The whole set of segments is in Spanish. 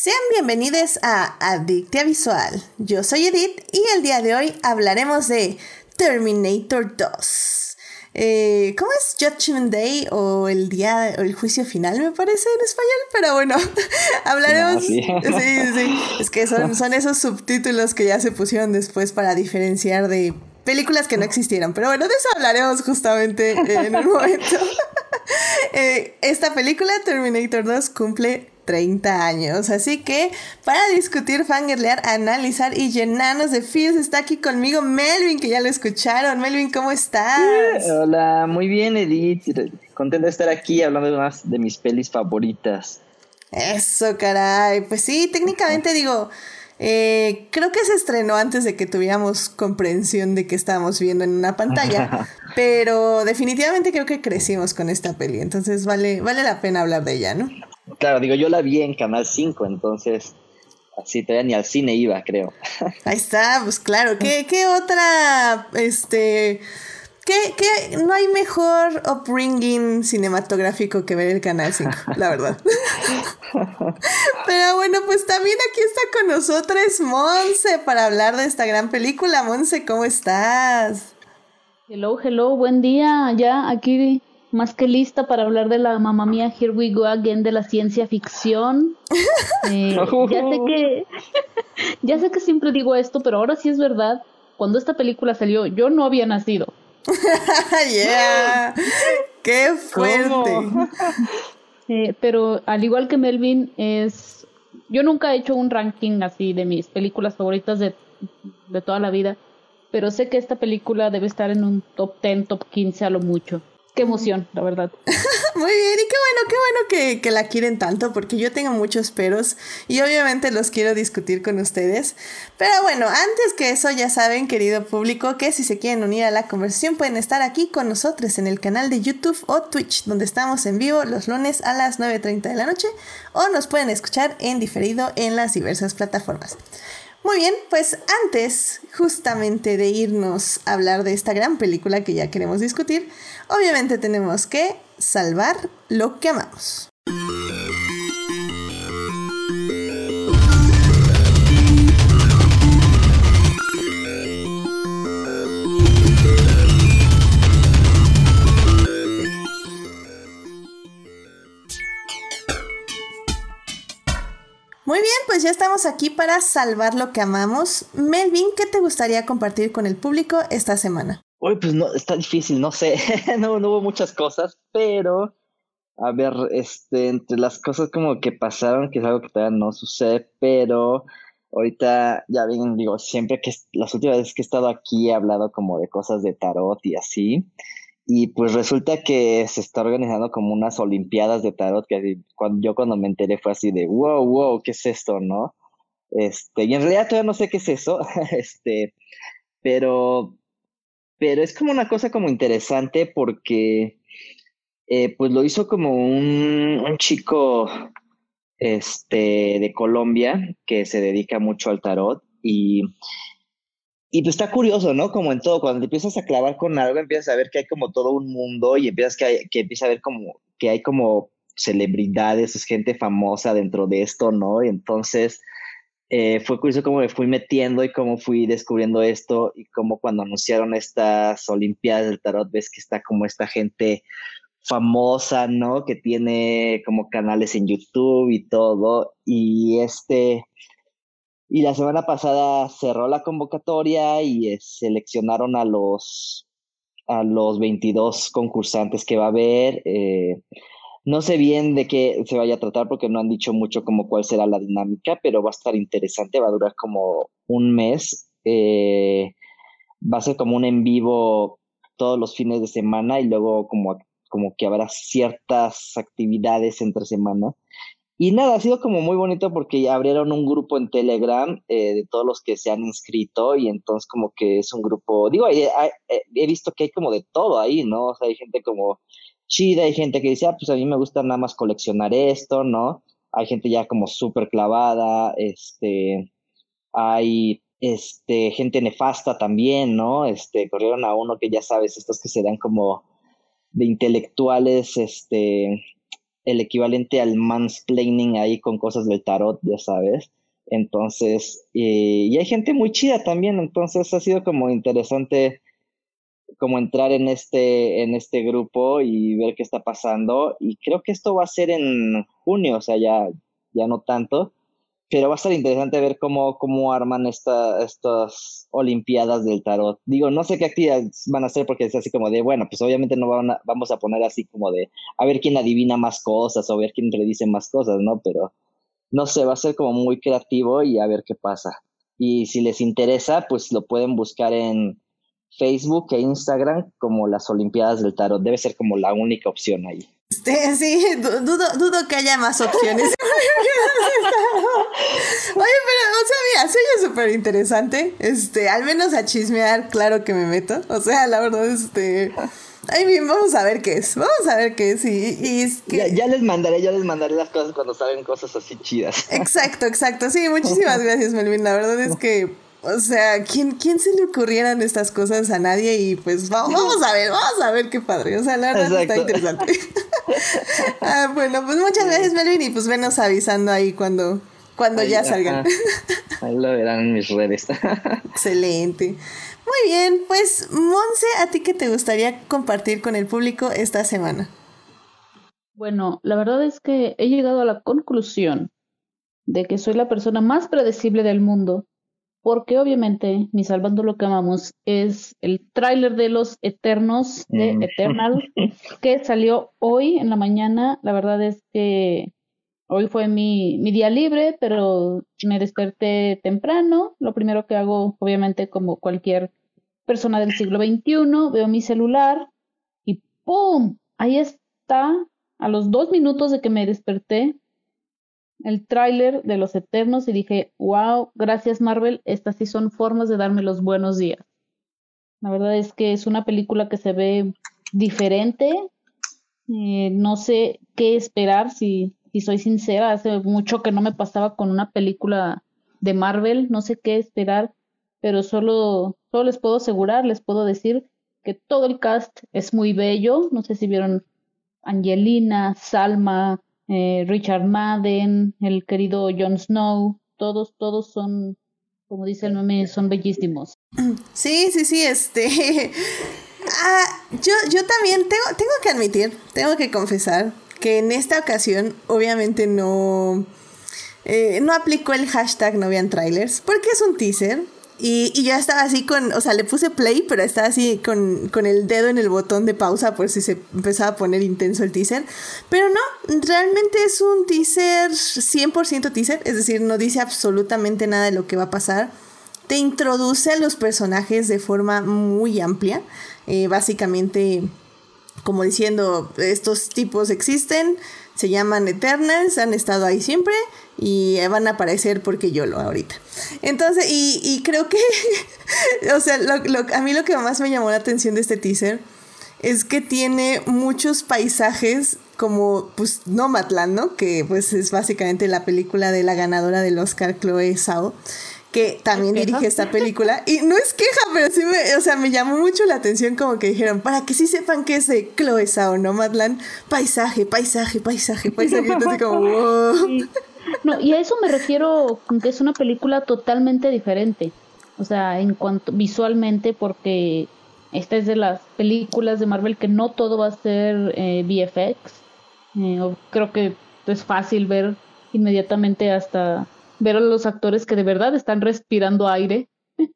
Sean bienvenidos a Adictia Visual. Yo soy Edith y el día de hoy hablaremos de Terminator 2. ¿Cómo es? Judgment Day o el día o el juicio final, me parece en español, pero bueno, hablaremos. No, sí. Sí. Es que son esos subtítulos que ya se pusieron después para diferenciar de películas que no existieron, pero bueno, de eso hablaremos justamente en un momento. Esta película, Terminator 2, cumple 30 años, así que para discutir, fangirlear, analizar y llenarnos de feels está aquí conmigo Melvin, que ya lo escucharon. Melvin, ¿cómo estás? Hola, muy bien, Edith. Contento de estar aquí hablando de más de mis pelis favoritas. Eso, caray. Pues sí, técnicamente digo, creo que se estrenó antes de que tuviéramos comprensión de que estábamos viendo en una pantalla, pero definitivamente creo que crecimos con esta peli, entonces vale la pena hablar de ella, ¿no? Claro, digo, yo la vi en Canal 5, entonces así todavía ni al cine iba, creo. Ahí está, pues claro. ¿Qué otra, no hay mejor upbringing cinematográfico que ver el Canal 5, la verdad? Pero bueno, pues también aquí está con nosotros Monse para hablar de esta gran película. Monse, ¿cómo estás? Hello, buen día. Ya aquí más que lista para hablar de la mamá mía Here We Go Again de la ciencia ficción. Ya sé que siempre digo esto, pero ahora sí es verdad. Cuando esta película salió, yo no había nacido. Yeah, qué fuerte. Pero al igual que Melvin, yo nunca he hecho un ranking así de mis películas favoritas de toda la vida, pero sé que esta película debe estar en un top 10, top 15 a lo mucho. Qué emoción, la verdad. Muy bien, y qué bueno que la quieren tanto, porque yo tengo muchos peros y obviamente los quiero discutir con ustedes. Pero bueno, antes que eso, ya saben, querido público, que si se quieren unir a la conversación pueden estar aquí con nosotros en el canal de YouTube o Twitch, donde estamos en vivo los lunes a las 9:30 de la noche, o nos pueden escuchar en diferido en las diversas plataformas. Muy bien, pues antes justamente de irnos a hablar de esta gran película que ya queremos discutir, obviamente tenemos que salvar lo que amamos. Muy bien, pues ya estamos aquí para salvar lo que amamos. Melvin, ¿qué te gustaría compartir con el público esta semana? Uy, pues no, está difícil, no sé. no hubo muchas cosas, pero a ver, entre las cosas como que pasaron, que es algo que todavía no sucede, pero ahorita ya bien, digo, siempre que las últimas veces que he estado aquí he hablado como de cosas de tarot y así. Y pues resulta que se está organizando como unas olimpiadas de tarot, que cuando me enteré fue así de wow, ¿qué es esto, no? Y en realidad todavía no sé qué es eso, pero, pero es como una cosa como interesante porque pues lo hizo como un chico de Colombia que se dedica mucho al tarot y pues está curioso, ¿no? Como en todo, cuando te empiezas a clavar con algo, empiezas a ver que hay como todo un mundo y que empieza a ver como que hay como celebridades, es gente famosa dentro de esto, ¿no? Y entonces fue curioso cómo me fui metiendo y cómo fui descubriendo esto y cómo cuando anunciaron estas Olimpiadas del Tarot, ves que está como esta gente famosa, ¿no? Que tiene como canales en YouTube y todo. Y la semana pasada cerró la convocatoria y seleccionaron a los 22 concursantes que va a haber. No sé bien de qué se vaya a tratar porque no han dicho mucho como cuál será la dinámica, pero va a estar interesante, va a durar como un mes. Va a ser como un en vivo todos los fines de semana y luego como que habrá ciertas actividades entre semana. Y nada, ha sido como muy bonito porque ya abrieron un grupo en Telegram de todos los que se han inscrito y entonces como que es un grupo, digo, he visto que hay como de todo ahí, ¿no? O sea, hay gente como chida, hay gente que dice, pues a mí me gusta nada más coleccionar esto, ¿no? Hay gente ya como súper clavada, hay gente nefasta también, ¿no? Corrieron a uno que ya sabes, estos que se dan como de intelectuales, el equivalente al mansplaining ahí con cosas del tarot, ya sabes. Entonces, y hay gente muy chida también, entonces ha sido como interesante como entrar en este grupo y ver qué está pasando. Y creo que esto va a ser en junio, o sea, ya no tanto, pero va a ser interesante ver cómo arman estas Olimpiadas del Tarot. Digo, no sé qué actividades van a hacer porque es así como de, bueno, pues obviamente no vamos a poner así como de a ver quién adivina más cosas o a ver quién predice más cosas, ¿no? Pero no sé, va a ser como muy creativo y a ver qué pasa. Y si les interesa, pues lo pueden buscar en Facebook e Instagram como las Olimpiadas del Tarot. Debe ser como la única opción ahí. Sí, dudo que haya más opciones. Oye, pero, o sea, mira, se oye súper interesante. Al menos a chismear, claro que me meto. O sea, la verdad, ay, bien, vamos a ver qué es. Vamos a ver qué es. Y es que... ya les mandaré las cosas cuando saben cosas así chidas. Exacto. Sí, muchísimas gracias, Melvin. La verdad es que, o sea, ¿quién se le ocurrieran estas cosas a nadie? Y pues vamos a ver qué padre. O sea, la verdad está interesante. Bueno, pues muchas gracias, Melvin. Y pues venos avisando ahí cuando ya salgan. Ahí lo verán en mis redes. Excelente. Muy bien, pues Monse, ¿a ti qué te gustaría compartir con el público esta semana? Bueno, la verdad es que he llegado a la conclusión de que soy la persona más predecible del mundo, porque obviamente, mi Salvando lo que amamos, es el tráiler de Los Eternos, de Eternal, que salió hoy en la mañana. La verdad es que hoy fue mi día libre, pero me desperté temprano. Lo primero que hago, obviamente, como cualquier persona del siglo XXI, veo mi celular y ¡pum! Ahí está, a los 2 minutos de que me desperté, el tráiler de Los Eternos y dije, wow, gracias Marvel, estas sí son formas de darme los buenos días. La verdad es que es una película que se ve diferente. No sé qué esperar, si soy sincera, hace mucho que no me pasaba con una película de Marvel, no sé qué esperar, pero solo les puedo asegurar, les puedo decir que todo el cast es muy bello. No sé si vieron Angelina, Salma, Richard Madden, el querido Jon Snow, todos son, como dice el meme, son bellísimos. Sí, yo también tengo que admitir, tengo que confesar que en esta ocasión obviamente no aplicó el hashtag no vean trailers, porque es un teaser. Y yo estaba así o sea, le puse play, pero estaba así con el dedo en el botón de pausa por si se empezaba a poner intenso el teaser. Pero no, realmente es un teaser 100% teaser, es decir, no dice absolutamente nada de lo que va a pasar. Te introduce a los personajes de forma muy amplia, básicamente como diciendo, estos tipos existen, se llaman Eternals, han estado ahí siempre y van a aparecer porque YOLO ahorita. Entonces, y creo que, o sea, a mí lo que más me llamó la atención de este teaser es que tiene muchos paisajes como, pues, Nomadland, ¿no? Que, pues, es básicamente la película de la ganadora del Oscar, Chloe Zhao, que también dirige esta película. Y no es queja, pero sí me llamó mucho la atención como que dijeron, para que sí sepan que es de Chloe Zhao, Nomadland, paisaje. Entonces como, wow. Sí. No, y a eso me refiero con que es una película totalmente diferente. O sea, en cuanto visualmente, porque esta es de las películas de Marvel que no todo va a ser VFX. Creo que es fácil ver inmediatamente hasta ver a los actores que de verdad están respirando aire.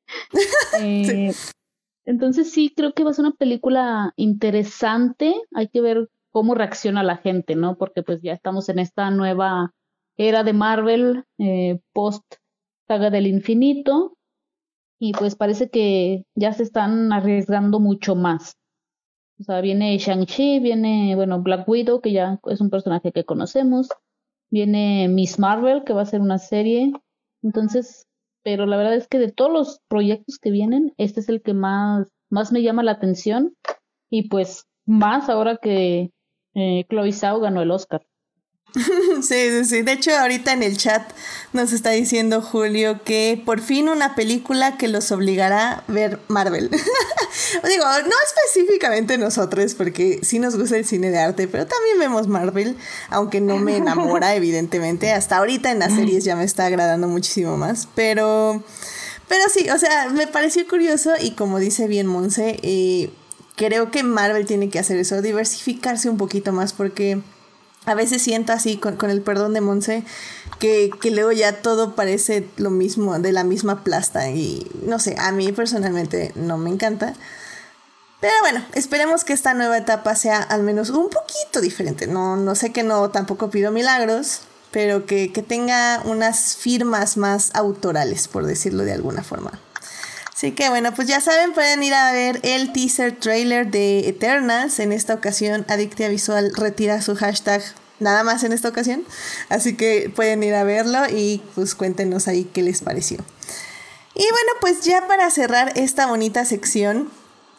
Sí. Entonces sí, creo que va a ser una película interesante. Hay que ver cómo reacciona la gente, ¿no? Porque pues ya estamos en esta nueva era de Marvel, post Saga del Infinito, y pues parece que ya se están arriesgando mucho más. O sea, viene Shang-Chi, viene, bueno, Black Widow, que ya es un personaje que conocemos, viene Miss Marvel, que va a ser una serie. Entonces, pero la verdad es que de todos los proyectos que vienen, este es el que más me llama la atención, y pues más ahora que Chloe Zhao ganó el Oscar. Sí. De hecho, ahorita en el chat nos está diciendo Julio que por fin una película que los obligará a ver Marvel. Digo, no específicamente nosotros, porque sí nos gusta el cine de arte, pero también vemos Marvel, aunque no me enamora, evidentemente. Hasta ahorita en las series ya me está agradando muchísimo más, pero sí, o sea, me pareció curioso y como dice bien Monse, creo que Marvel tiene que hacer eso, diversificarse un poquito más, porque a veces siento así, con el perdón de Monse, que luego ya todo parece lo mismo, de la misma plasta. Y no sé, a mí personalmente no me encanta. Pero bueno, esperemos que esta nueva etapa sea al menos un poquito diferente. No sé, que no tampoco pido milagros, pero que tenga unas firmas más autorales, por decirlo de alguna forma. Así que bueno, pues ya saben, pueden ir a ver el teaser trailer de Eternals. En esta ocasión, Adictia Visual retira su hashtag nada más en esta ocasión. Así que pueden ir a verlo y pues cuéntenos ahí qué les pareció. Y bueno, pues ya para cerrar esta bonita sección,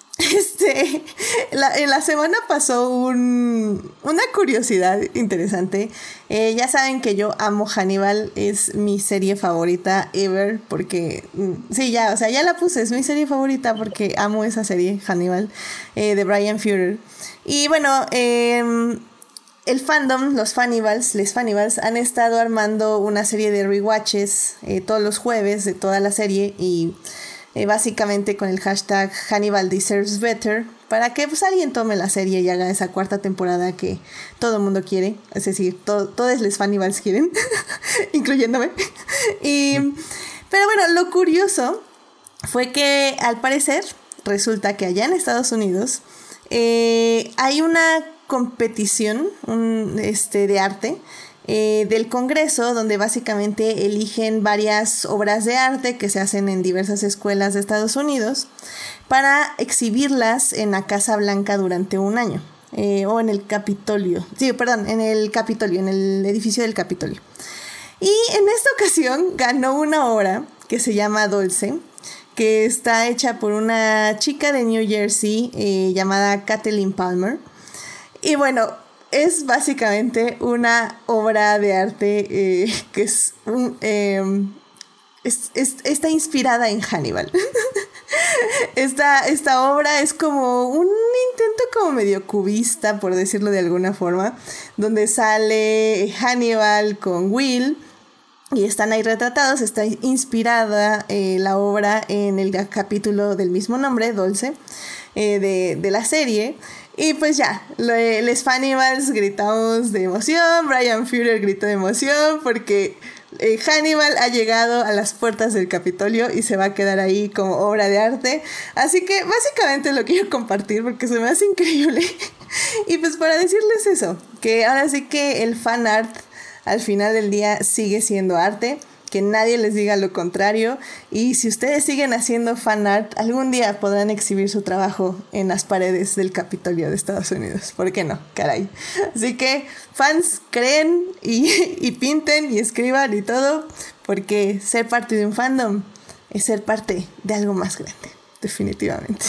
en la semana pasó una curiosidad interesante. Ya saben que yo amo Hannibal, es mi serie favorita ever, porque sí, ya, o sea, ya la puse, es mi serie favorita porque amo esa serie, Hannibal, de Bryan Fuller. Y bueno, el fandom, les Fannibals, han estado armando una serie de rewatches todos los jueves de toda la serie, y básicamente con el hashtag Hannibal Deserves Better, para que pues alguien tome la serie y haga esa cuarta temporada que todo el mundo quiere, es decir, todos los Fannibals quieren, incluyéndome. Pero bueno, lo curioso fue que al parecer resulta que allá en Estados Unidos hay una competición de arte del Congreso, donde básicamente eligen varias obras de arte que se hacen en diversas escuelas de Estados Unidos para exhibirlas en la Casa Blanca durante un año, o en el Capitolio, en el edificio del Capitolio. Y en esta ocasión ganó una obra que se llama Dulce, que está hecha por una chica de New Jersey llamada Kathleen Palmer. Y bueno, es básicamente una obra de arte que está inspirada en Hannibal. Esta obra es como un intento como medio cubista, por decirlo de alguna forma, donde sale Hannibal con Will y están ahí retratados. Está inspirada la obra en el capítulo del mismo nombre, Dulce, de la serie. Y pues ya, les Fannibals gritamos de emoción, Bryan Fuller gritó de emoción porque Hannibal ha llegado a las puertas del Capitolio y se va a quedar ahí como obra de arte. Así que básicamente lo quiero compartir porque se me hace increíble. Y pues para decirles eso, que ahora sí que el fan art al final del día sigue siendo arte, que nadie les diga lo contrario, y si ustedes siguen haciendo fan art, algún día podrán exhibir su trabajo en las paredes del Capitolio de Estados Unidos. ¿Por qué no? Caray. Así que fans, creen y pinten y escriban y todo, porque ser parte de un fandom es ser parte de algo más grande, definitivamente.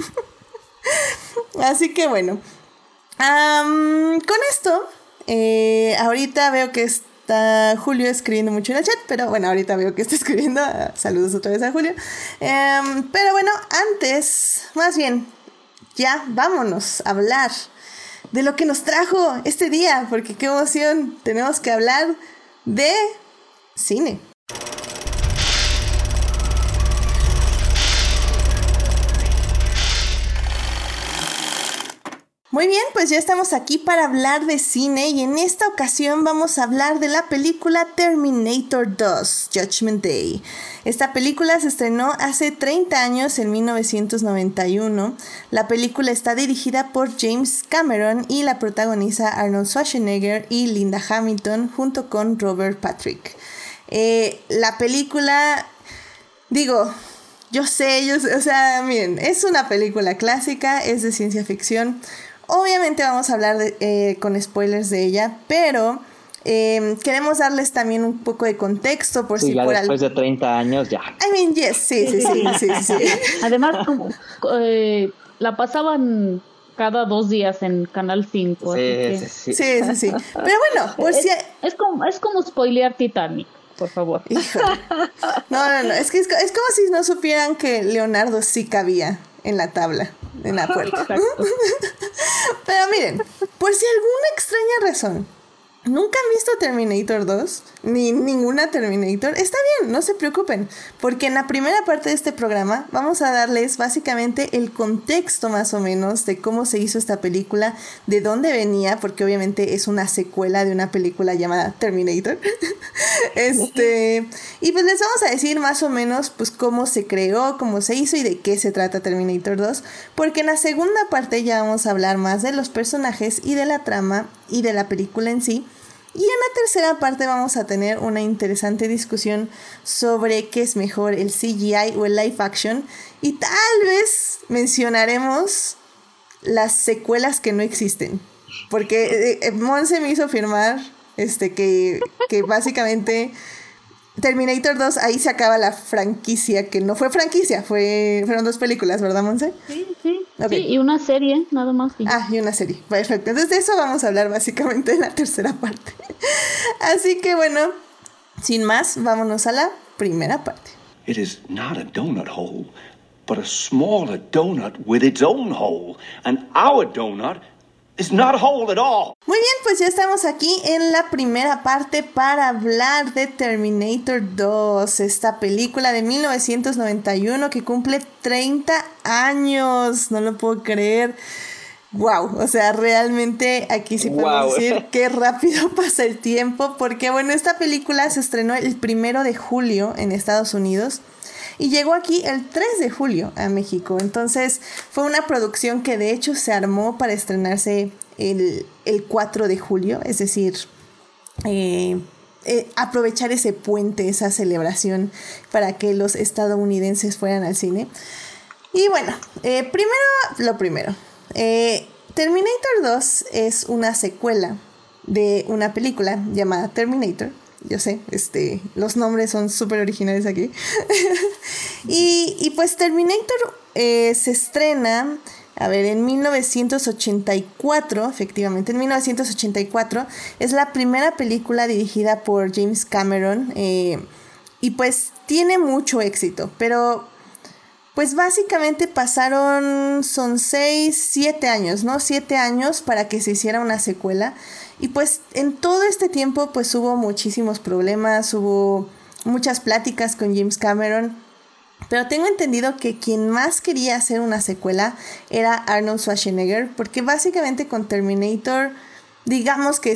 Así que bueno, con esto, ahorita veo que está Julio escribiendo mucho en el chat, pero bueno, ahorita veo que está escribiendo. Saludos otra vez a Julio. Pero bueno, antes, más bien, ya vámonos a hablar de lo que nos trajo este día, porque qué emoción, tenemos que hablar de cine. Muy bien, pues ya estamos aquí para hablar de cine y en esta ocasión vamos a hablar de la película Terminator 2, Judgment Day. Esta película se estrenó hace 30 años, en 1991. La película está dirigida por James Cameron y la protagoniza Arnold Schwarzenegger y Linda Hamilton junto con Robert Patrick. La película, yo sé, o sea, miren, es una película clásica, es de ciencia ficción. Obviamente vamos a hablar con spoilers de ella, pero queremos darles también un poco de contexto por si ya por después de 30 años ya. I mean, yes, sí. Además, la pasaban cada 2 días en Canal 5. Sí. Sí. Pero bueno, por si... Es como spoilear Titanic, por favor. Híjole. No, es que es como si no supieran que Leonardo sí cabía en la tabla, en la puerta. Exacto. Pero miren, por si alguna extraña razón ¿nunca han visto Terminator 2? Ni ninguna Terminator. Está bien, no se preocupen, porque en la primera parte de este programa vamos a darles básicamente el contexto más o menos de cómo se hizo esta película, de dónde venía, porque obviamente es una secuela de una película llamada Terminator. Y pues les vamos a decir más o menos pues cómo se creó, cómo se hizo y de qué se trata Terminator 2, porque en la segunda parte ya vamos a hablar más de los personajes y de la trama y de la película en sí. Y en la tercera parte vamos a tener una interesante discusión sobre qué es mejor, el CGI o el live action. Y tal vez mencionaremos las secuelas que no existen. Porque Monse me hizo firmar que básicamente Terminator 2, ahí se acaba la franquicia, que no fue franquicia, fueron 2 películas, ¿verdad, Monse? Sí. Okay. Sí, y una serie, nada más. Sí. Y una serie, perfecto. Entonces de eso vamos a hablar básicamente en la tercera parte. Así que bueno, sin más, vámonos a la primera parte. It is not a donut hole, but a smaller donut with its own hole. And our donut is not a hole at all. Muy bien, pues ya estamos aquí en la primera parte para hablar de Terminator 2, esta película de 1991 que cumple 30 años, no lo puedo creer. Wow, o sea, realmente aquí sí podemos decir qué rápido pasa el tiempo, porque bueno, esta película se estrenó el 1 de julio en Estados Unidos y llegó aquí el 3 de julio a México. Entonces fue una producción que de hecho se armó para estrenarse el 4 de julio, es decir, aprovechar ese puente, esa celebración para que los estadounidenses fueran al cine. Y bueno, primero, Terminator 2 es una secuela de una película llamada Terminator. Yo sé, los nombres son súper originales aquí. y pues Terminator se estrena, en 1984, efectivamente, en 1984. Es la primera película dirigida por James Cameron y pues tiene mucho éxito, pero pues básicamente son 7 años, ¿no? 7 años para que se hiciera una secuela. Y pues en todo este tiempo pues hubo muchísimos problemas, hubo muchas pláticas con James Cameron. Pero tengo entendido que quien más quería hacer una secuela era Arnold Schwarzenegger, porque básicamente con Terminator, digamos que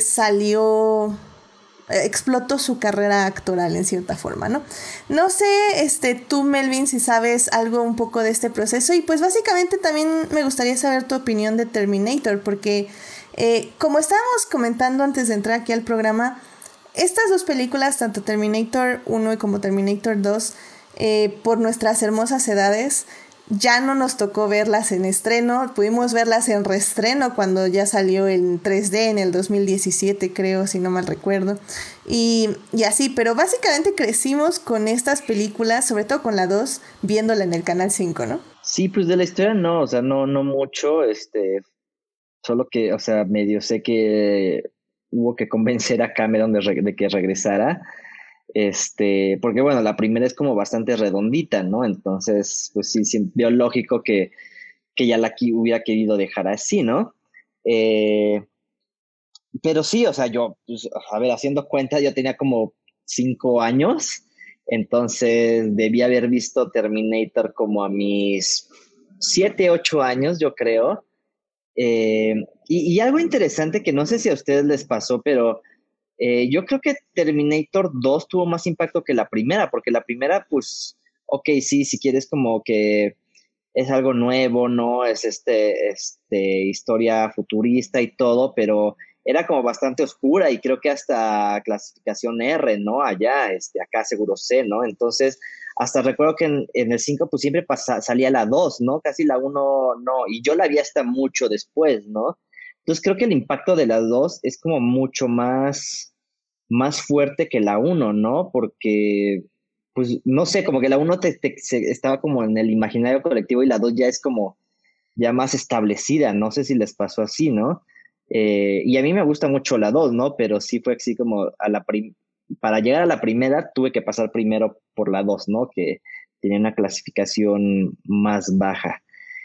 explotó su carrera actoral en cierta forma, ¿no? No sé, tú, Melvin, si sabes algo un poco de este proceso, y pues básicamente también me gustaría saber tu opinión de Terminator, porque como estábamos comentando antes de entrar aquí al programa, estas 2 películas, tanto Terminator 1 como Terminator 2, por nuestras hermosas edades, ya no nos tocó verlas en estreno, pudimos verlas en reestreno cuando ya salió en 3D en el 2017, creo, si no mal recuerdo, y así, pero básicamente crecimos con estas películas, sobre todo con la 2, viéndola en el Canal 5, ¿no? Sí, pues de la historia no, o sea, no mucho, solo que, o sea, medio sé que hubo que convencer a Cameron de que regresara. Porque bueno, la primera es como bastante redondita, ¿no? Entonces, pues sí, veo lógico que ya hubiera querido dejar así, ¿no? Pero sí, o sea, yo, pues, haciendo cuenta, yo tenía como 5 años, entonces debía haber visto Terminator como a mis 7, 8 años, yo creo. Y algo interesante que no sé si a ustedes les pasó, pero yo creo que Terminator 2 tuvo más impacto que la primera, porque la primera, pues, ok, sí, si quieres como que es algo nuevo, ¿no? Es historia futurista y todo, pero era como bastante oscura y creo que hasta clasificación R, ¿no? Allá, acá seguro C, ¿no? Entonces, hasta recuerdo que en el 5 pues siempre salía la 2, ¿no? Casi la 1 no, y yo la vi hasta mucho después, ¿no? Entonces creo que el impacto de las 2 es como mucho más fuerte que la 1, ¿no? Porque, pues, no sé, como que la 1 estaba como en el imaginario colectivo y la 2 ya es como ya más establecida, no sé si les pasó así, ¿no? Y a mí me gusta mucho la 2, ¿no? Pero sí fue así como para llegar a la primera tuve que pasar primero por la 2, ¿no? Que tenía una clasificación más baja.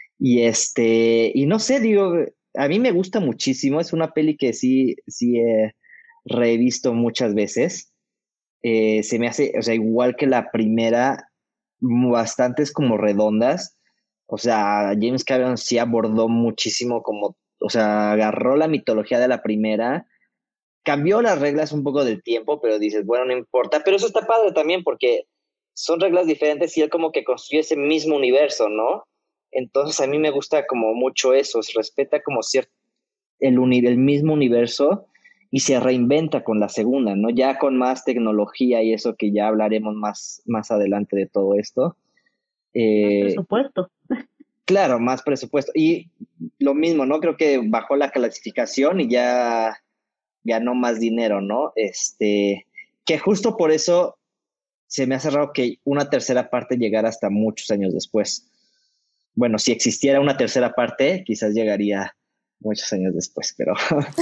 Y no sé, digo, a mí me gusta muchísimo, es una peli que sí he revisto muchas veces. Se me hace, o sea, igual que la primera, bastantes como redondas. O sea, James Cameron sí abordó muchísimo como, o sea, agarró la mitología de la primera, cambió las reglas un poco del tiempo, pero dices, bueno, no importa, pero eso está padre también porque son reglas diferentes y él como que construye ese mismo universo, ¿no? Entonces a mí me gusta como mucho eso, se respeta como cierto el mismo universo y se reinventa con la segunda, ¿no? Ya con más tecnología y eso que ya hablaremos más adelante de todo esto. Más presupuesto. Claro, más presupuesto. Y lo mismo, ¿no? Creo que bajó la clasificación y ya ganó más dinero, ¿no? Que justo por eso se me hace raro que una tercera parte llegara hasta muchos años después. Bueno, si existiera una tercera parte, quizás llegaría muchos años después, pero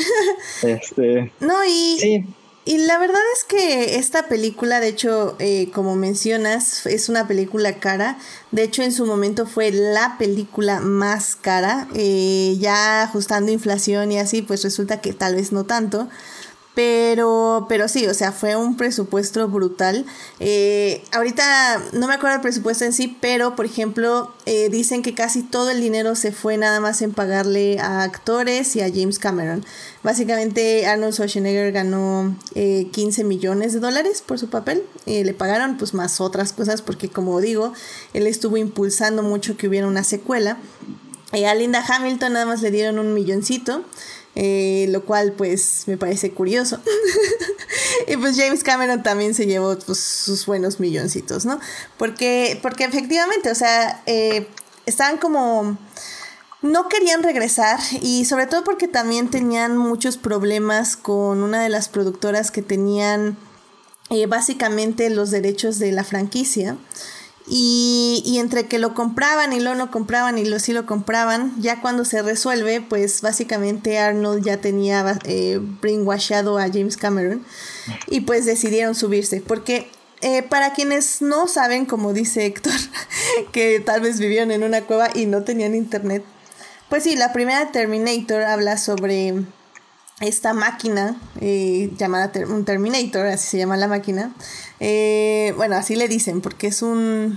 No, sí. Y la verdad es que esta película, de hecho, como mencionas, es una película cara. De hecho, en su momento fue la película más cara. Ya ajustando inflación y así, pues resulta que tal vez no tanto. Pero sí, o sea, fue un presupuesto brutal. Ahorita no me acuerdo el presupuesto en sí, pero por ejemplo, dicen que casi todo el dinero se fue nada más en pagarle a actores y a James Cameron. Básicamente Arnold Schwarzenegger ganó $15 millones por su papel. Le pagaron pues más otras cosas porque, como digo, él estuvo impulsando mucho que hubiera una secuela. A Linda Hamilton nada más le dieron $1 milloncito. Lo cual pues me parece curioso. Y pues James Cameron también se llevó pues sus buenos milloncitos, ¿no? Porque efectivamente, o sea, estaban como... no querían regresar, y sobre todo porque también tenían muchos problemas con una de las productoras que tenían básicamente los derechos de la franquicia. Y entre que lo compraban y luego no compraban y sí lo compraban, ya cuando se resuelve, pues básicamente Arnold ya tenía brainwashado a James Cameron y pues decidieron subirse. Porque para quienes no saben, como dice Héctor, que tal vez vivieron en una cueva y no tenían internet, pues sí, la primera Terminator habla sobre esta máquina llamada un Terminator, así se llama la máquina. Bueno, así le dicen porque es un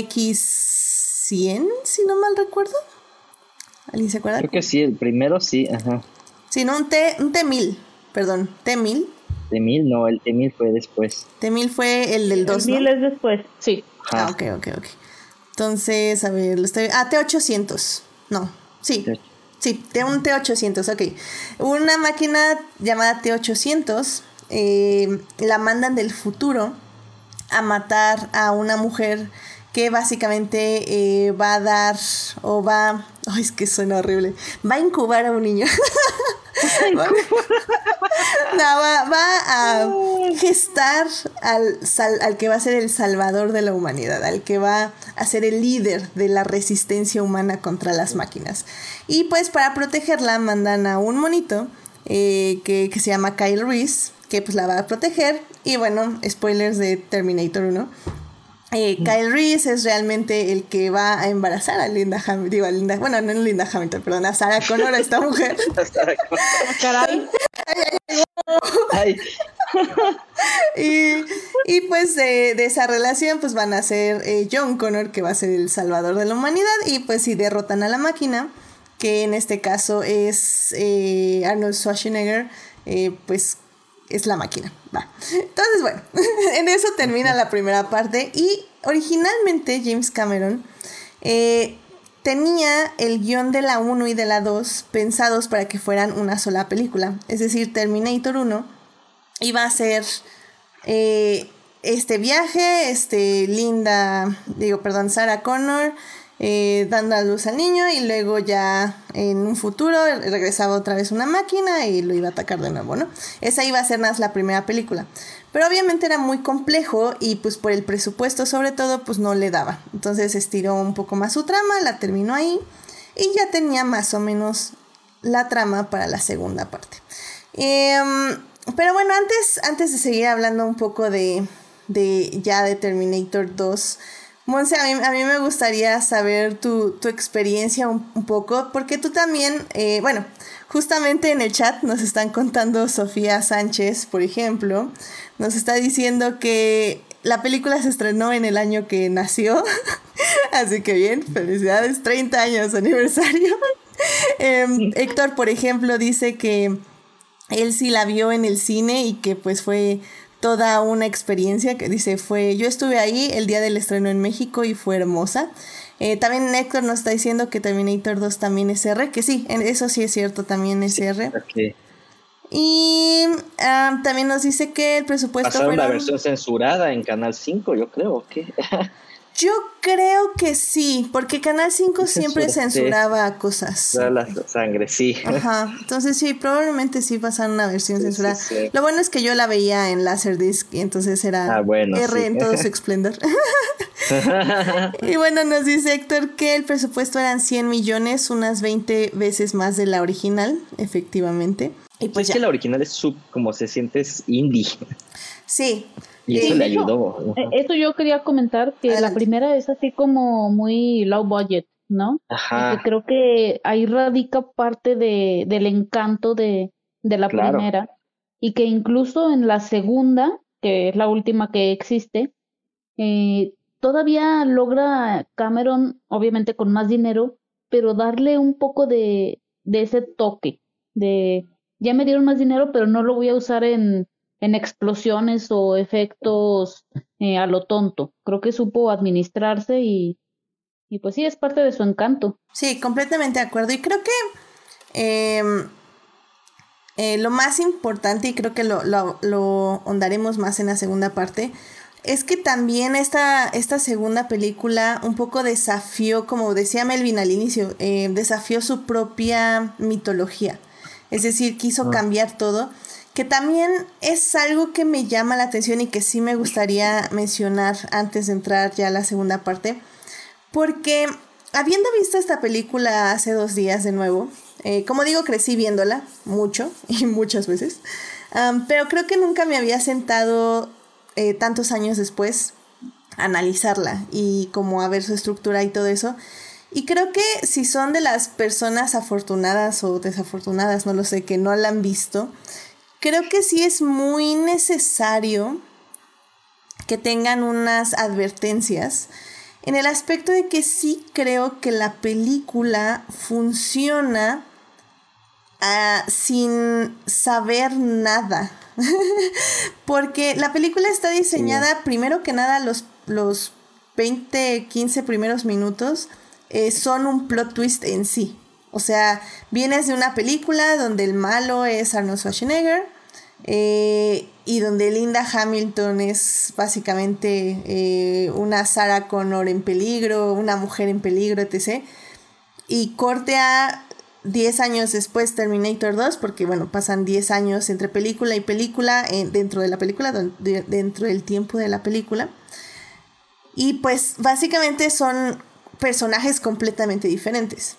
TX-100, si no mal recuerdo. ¿Alguien se acuerda? Creo que sí, el primero sí, ajá. Sí, no, un T-1000, perdón, T-1000. T-1000, no, el T-1000 fue después. T-1000 fue el del 2, ¿no? El 1000 es después, sí. Ah, ok. Entonces, a ver, T-800, no, sí. Sí, un T-800, ok. Una máquina llamada T-800 la mandan del futuro a matar a una mujer que básicamente va a dar o va... Ay, es que suena horrible. Va a incubar a un niño. Va a gestar al que va a ser el salvador de la humanidad, al que va a ser el líder de la resistencia humana contra las máquinas. Y pues para protegerla mandan a un monito que se llama Kyle Reese, que pues la va a proteger. Y bueno, spoilers de Terminator 1. Kyle Reese es realmente el que va a embarazar a Linda Hamilton. Bueno, no Linda Hamilton, perdón, a Sarah Connor, a esta mujer. Caray. Ay. Y pues de esa relación pues van a ser John Connor, que va a ser el salvador de la humanidad, y pues si derrotan a la máquina, que en este caso es Arnold Schwarzenegger, pues es la máquina. Va. Entonces, bueno, en eso termina la primera parte. Y originalmente James Cameron tenía el guión de la 1 y de la 2 pensados para que fueran una sola película. Es decir, Terminator 1 iba a ser este viaje, Sarah Connor dando a luz al niño, y luego ya en un futuro regresaba otra vez una máquina y lo iba a atacar de nuevo, ¿no? Esa iba a ser más la primera película, pero obviamente era muy complejo y pues por el presupuesto sobre todo pues no le daba, entonces estiró un poco más su trama, la terminó ahí. y ya tenía más o menos la trama para la segunda parte. Pero bueno, antes de seguir hablando un poco de Terminator 2, Monse, a mí me gustaría saber tu experiencia un poco, porque tú también, bueno, justamente en el chat nos están contando Sofía Sánchez, por ejemplo, nos está diciendo que la película se estrenó en el año que nació, así que bien, felicidades, 30 años aniversario. Héctor, por ejemplo, dice que él sí la vio en el cine y que pues fue toda una experiencia, que dice, yo estuve ahí el día del estreno en México y fue hermosa. También Héctor nos está diciendo que Terminator 2 también es R, que sí, eso sí es cierto, también es R. Okay. Y también nos dice que el presupuesto pasaron la versión censurada en Canal 5, yo creo, ¿qué? Yo creo que sí, porque Canal 5 siempre censuraba cosas. La sangre, sí. Ajá, entonces sí, probablemente sí pasaron una versión censurada. Sí. Lo bueno es que yo la veía en Laserdisc y entonces era R en todo su esplendor. Y bueno, nos dice Héctor que el presupuesto eran 100 millones, unas 20 veces más de la original, efectivamente. Y pues es que la original es como se siente, es indie. Sí. Y eso le ayudó. Eso yo quería comentar, que adelante. La primera es así como muy low budget, ¿no? Ajá. Porque creo que ahí radica parte del encanto de la primera. Y que incluso en la segunda, que es la última que existe, todavía logra Cameron, obviamente con más dinero, pero darle un poco de ese toque, de ya me dieron más dinero, pero no lo voy a usar en explosiones o efectos a lo tonto. Creo que supo administrarse y pues sí, es parte de su encanto. Sí, completamente de acuerdo. Y creo que lo más importante, y creo que lo ahondaremos más en la segunda parte, es que también esta segunda película un poco desafió, como decía Melvin al inicio, desafió su propia mitología. Es decir, quiso cambiar todo, que también es algo que me llama la atención y que sí me gustaría mencionar antes de entrar ya a la segunda parte, porque habiendo visto esta película hace 2 días de nuevo, como digo, crecí viéndola mucho y muchas veces, pero creo que nunca me había sentado tantos años después a analizarla y como a ver su estructura y todo eso. Y creo que si son de las personas afortunadas o desafortunadas, no lo sé, que no la han visto, creo que sí es muy necesario que tengan unas advertencias en el aspecto de que sí creo que la película funciona sin saber nada. Porque la película está diseñada, primero que nada, los 20, 15 primeros minutos son un plot twist en sí. O sea, vienes de una película donde el malo es Arnold Schwarzenegger y donde Linda Hamilton es básicamente una Sarah Connor en peligro, una mujer en peligro, etc. Y corte a 10 años después Terminator 2, porque bueno, pasan 10 años entre película y película, dentro de la película, dentro del tiempo de la película. Y pues básicamente son personajes completamente diferentes.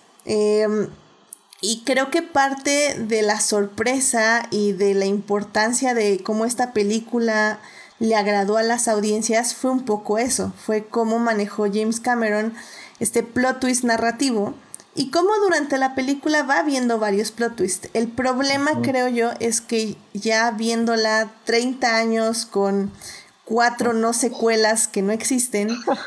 Y creo que parte de la sorpresa y de la importancia de cómo esta película le agradó a las audiencias fue un poco eso. Fue cómo manejó James Cameron este plot twist narrativo y cómo durante la película va viendo varios plot twists. El problema, creo yo, es que ya viéndola 30 años con 4 no secuelas que no existen,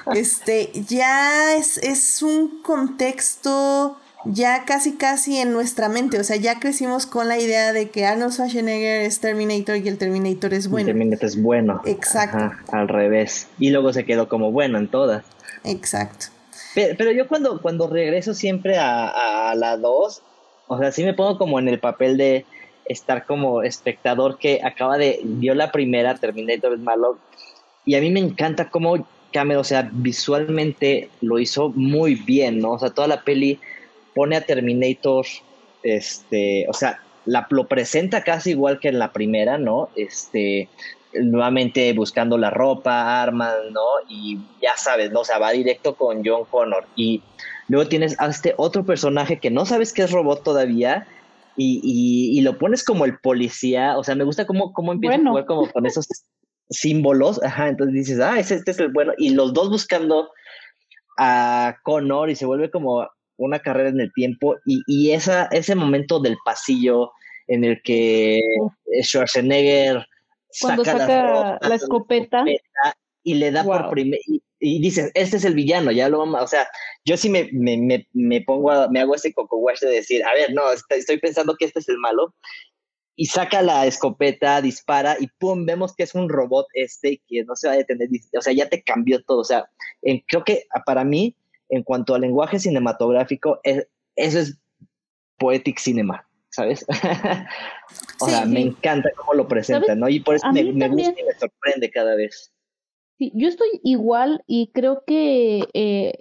ya es un contexto ya casi en nuestra mente. O sea, ya crecimos con la idea de que Arnold Schwarzenegger es Terminator y el Terminator es bueno. El Terminator es bueno. Exacto. Ajá, al revés. Y luego se quedó como bueno en todas. Exacto. Pero yo cuando regreso siempre a la 2, o sea, sí me pongo como en el papel de estar como espectador que vio la primera, Terminator es malo, y a mí me encanta cómo Cameron, o sea, visualmente lo hizo muy bien, ¿no? O sea, toda la peli pone a Terminator, o sea, lo presenta casi igual que en la primera, ¿no? nuevamente buscando la ropa, armas, ¿no? Y ya sabes, ¿no? O sea, va directo con John Connor. Y luego tienes a este otro personaje que no sabes que es robot todavía y lo pones como el policía. O sea, me gusta cómo empieza a jugar como con esos símbolos. Ajá, entonces dices, este es el bueno. Y los dos buscando a Connor y se vuelve como una carrera en el tiempo. Y ese momento del pasillo en el que Schwarzenegger cuando saca la escopeta y le da por primer y dices, este es el villano, ya lo vamos, o sea, yo sí me pongo me hago ese coco wash de decir, a ver, no, estoy pensando que este es el malo, y saca la escopeta, dispara y pum, vemos que es un robot que no se va a detener, o sea, ya te cambió todo, o sea, creo que para mí, en cuanto al lenguaje cinematográfico, eso es poetic cinema, ¿sabes? O sea, me encanta cómo lo presentan, ¿no? Y por eso me gusta y me sorprende cada vez. Sí, yo estoy igual y creo que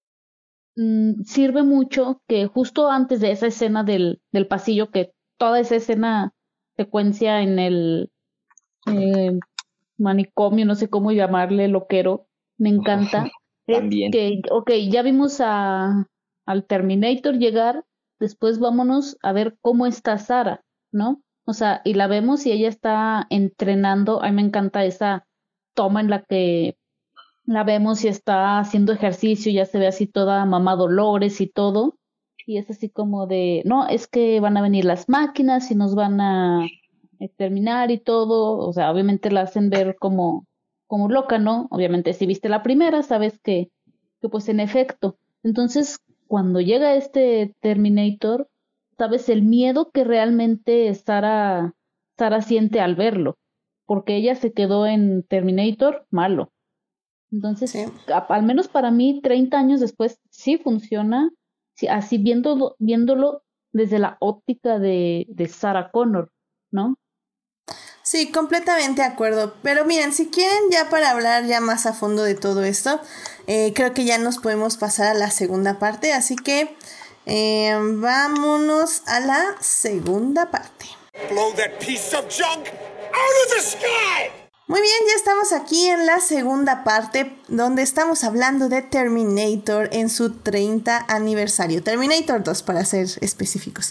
sirve mucho que justo antes de esa escena del pasillo, que toda esa escena secuencia en el manicomio, no sé cómo llamarle, loquero, me encanta. También. Que, ya vimos al Terminator llegar, después vámonos a ver cómo está Sarah, ¿no? O sea, y la vemos y ella está entrenando. A mí me encanta esa toma en la que la vemos y está haciendo ejercicio, ya se ve así toda mamá Dolores y todo. Y es así como de, no, es que van a venir las máquinas y nos van a exterminar y todo. O sea, obviamente la hacen ver como loca, ¿no? Obviamente si viste la primera, sabes que pues en efecto. Entonces, cuando llega este Terminator, sabes el miedo que realmente Sarah siente al verlo, porque ella se quedó en Terminator malo. Entonces, sí, al menos para mí, 30 años después, sí funciona, sí, así viéndolo desde la óptica de Sarah Connor, ¿no? Sí, completamente de acuerdo. Pero miren, si quieren ya para hablar ya más a fondo de todo esto, creo que ya nos podemos pasar a la segunda parte. Así que vámonos a la segunda parte. Blow that piece of junk out of the sky. Muy bien, ya estamos aquí en la segunda parte donde estamos hablando de Terminator en su 30 aniversario. Terminator 2 para ser específicos.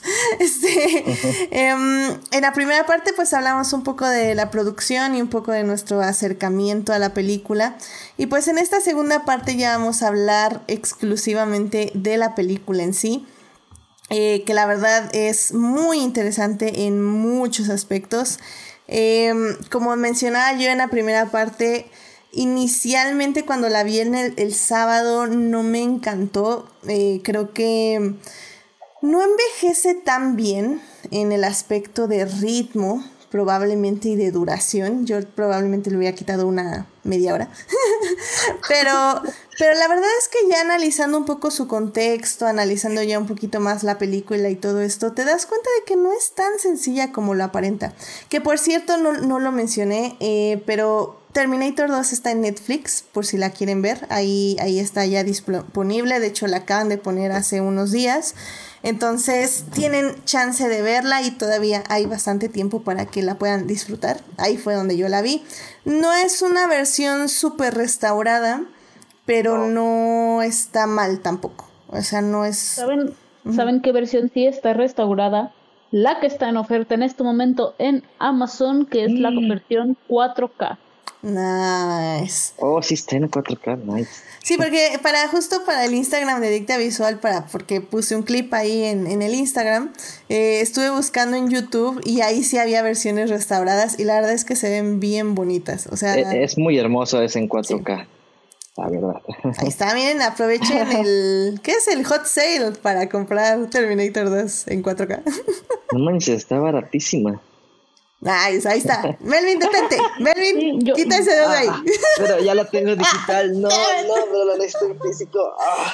En la primera parte pues hablamos un poco de la producción y un poco de nuestro acercamiento a la película. Y pues en esta segunda parte ya vamos a hablar exclusivamente de la película en sí. Que la verdad es muy interesante en muchos aspectos. Como mencionaba yo en la primera parte, inicialmente cuando la vi el sábado no me encantó. Creo que no envejece tan bien en el aspecto de ritmo probablemente y de duración. Yo probablemente le hubiera quitado una media hora. pero la verdad es que ya analizando un poco su contexto, analizando ya un poquito más la película y todo esto, te das cuenta de que no es tan sencilla como lo aparenta. Que por cierto no lo mencioné, pero Terminator 2 está en Netflix, por si la quieren ver. Ahí está ya disponible, de hecho la acaban de poner hace unos días. Entonces tienen chance de verla y todavía hay bastante tiempo para que la puedan disfrutar. Ahí fue donde yo la vi. No es una versión súper restaurada, pero no está mal tampoco. O sea, no es... ¿Saben qué versión sí está restaurada? La que está en oferta en este momento en Amazon, que es la versión 4K. Nice. Oh, sí está en 4K, nice. Sí, porque justo para el Instagram de Dicta Visual, porque puse un clip ahí en el Instagram, estuve buscando en YouTube y ahí sí había versiones restauradas y la verdad es que se ven bien bonitas. O sea, es muy hermoso ese en 4K. Sí. La verdad. Ahí está, miren, aprovechen ¿qué es el hot sale para comprar Terminator 2 en 4K? No manches, está baratísima. Nice, ahí está. Melvin, detente. Melvin, quita ese dedo ahí. Pero ya lo tengo digital. No, pero lo necesito en físico.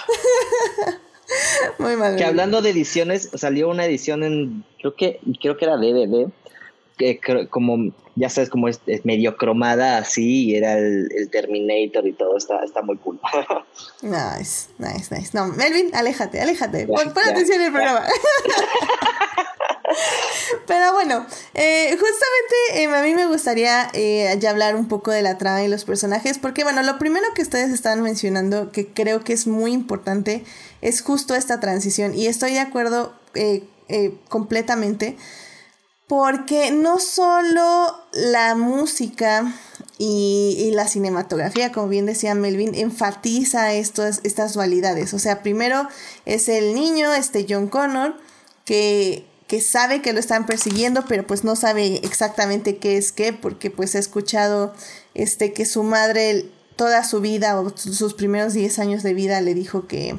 Muy mal. Que hablando de ediciones, salió una edición en, creo que era DVD, que como, ya sabes, como es medio cromada así, y era el Terminator y todo, está muy cool. Nice. No, Melvin, aléjate. Pon atención en el programa. Pero bueno, justamente a mí me gustaría ya hablar un poco de la trama y los personajes, porque bueno, lo primero que ustedes estaban mencionando, que creo que es muy importante, es justo esta transición, y estoy de acuerdo completamente, porque no solo la música y la cinematografía, como bien decía Melvin, enfatiza estas dualidades. O sea, primero es el niño, John Connor, que sabe que lo están persiguiendo, pero pues no sabe exactamente qué es qué, porque pues ha escuchado que su madre toda su vida o sus primeros 10 años de vida le dijo que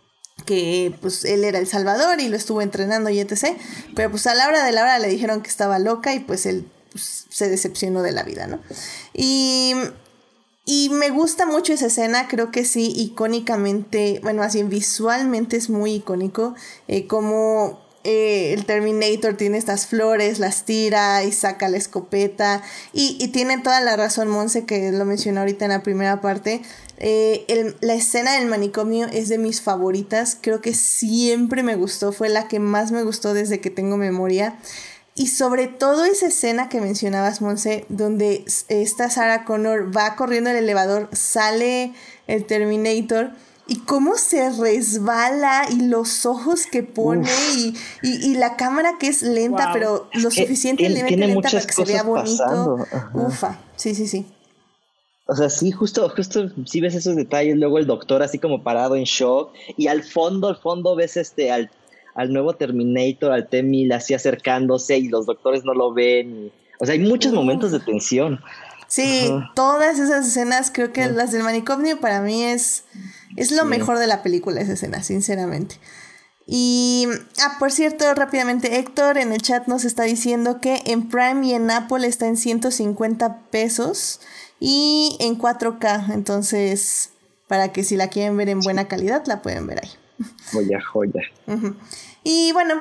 pues él era el Salvador y lo estuvo entrenando y etc. Pero pues a la hora de la hora le dijeron que estaba loca y pues él pues, se decepcionó de la vida, ¿no? Y me gusta mucho esa escena, creo que sí, icónicamente, bueno, así visualmente es muy icónico, como el Terminator tiene estas flores, las tira y saca la escopeta, y tiene toda la razón Monse, que lo mencionó ahorita en la primera parte. La escena del manicomio es de mis favoritas, creo que siempre me gustó, fue la que más me gustó desde que tengo memoria. Y sobre todo esa escena que mencionabas, Monse, donde esta Sarah Connor va corriendo el elevador, sale el Terminator y cómo se resbala y los ojos que pone y la cámara que es lenta, wow, pero lo suficientemente lenta para que se vea bonito. Ufa, sí. O sea, sí, justo sí ves esos detalles, luego el doctor así como parado en shock, y al fondo ves al nuevo Terminator, al T-1000 así acercándose y los doctores no lo ven. O sea, hay muchos momentos de tensión. Sí, todas esas escenas, creo que las del manicomio para mí es lo mejor de la película, esa escena, sinceramente. Y, por cierto, rápidamente, Héctor en el chat nos está diciendo que en Prime y en Apple está en 150 pesos y en 4K, entonces, para que si la quieren ver en buena calidad, la pueden ver ahí. Joya. Uh-huh. Y bueno,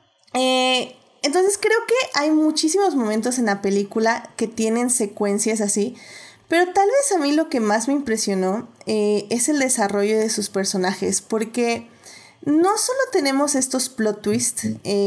entonces creo que hay muchísimos momentos en la película que tienen secuencias así, pero tal vez a mí lo que más me impresionó es el desarrollo de sus personajes, porque no solo tenemos estos plot twists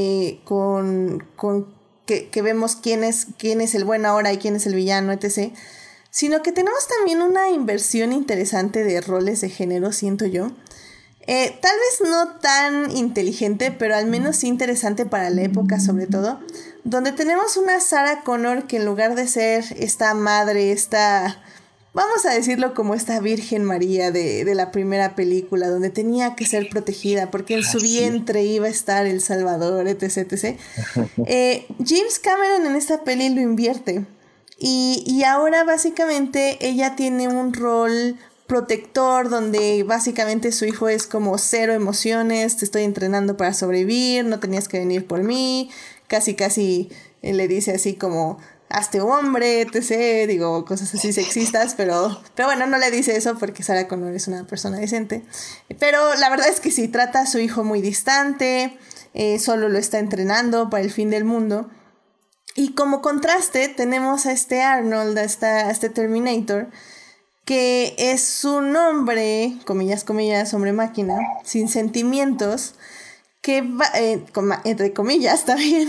con que vemos quién es el bueno ahora y quién es el villano, etc., sino que tenemos también una inversión interesante de roles de género, siento yo. Tal vez no tan inteligente, pero al menos sí interesante para la época, sobre todo, donde tenemos una Sarah Connor que en lugar de ser esta madre, vamos a decirlo como esta Virgen María de la primera película, donde tenía que ser protegida porque en su vientre iba a estar el Salvador, etc. James Cameron en esta peli lo invierte y ahora básicamente ella tiene un rol protector, donde básicamente su hijo es como cero emociones, te estoy entrenando para sobrevivir, no tenías que venir por mí, casi le dice así como hazte hombre, etc., digo, cosas así sexistas, pero bueno, no le dice eso porque Sarah Connor es una persona decente, pero la verdad es que sí, trata a su hijo muy distante, solo lo está entrenando para el fin del mundo, y como contraste tenemos a Arnold, a este Terminator, que es un hombre, comillas, hombre máquina, sin sentimientos, que va, entre comillas también,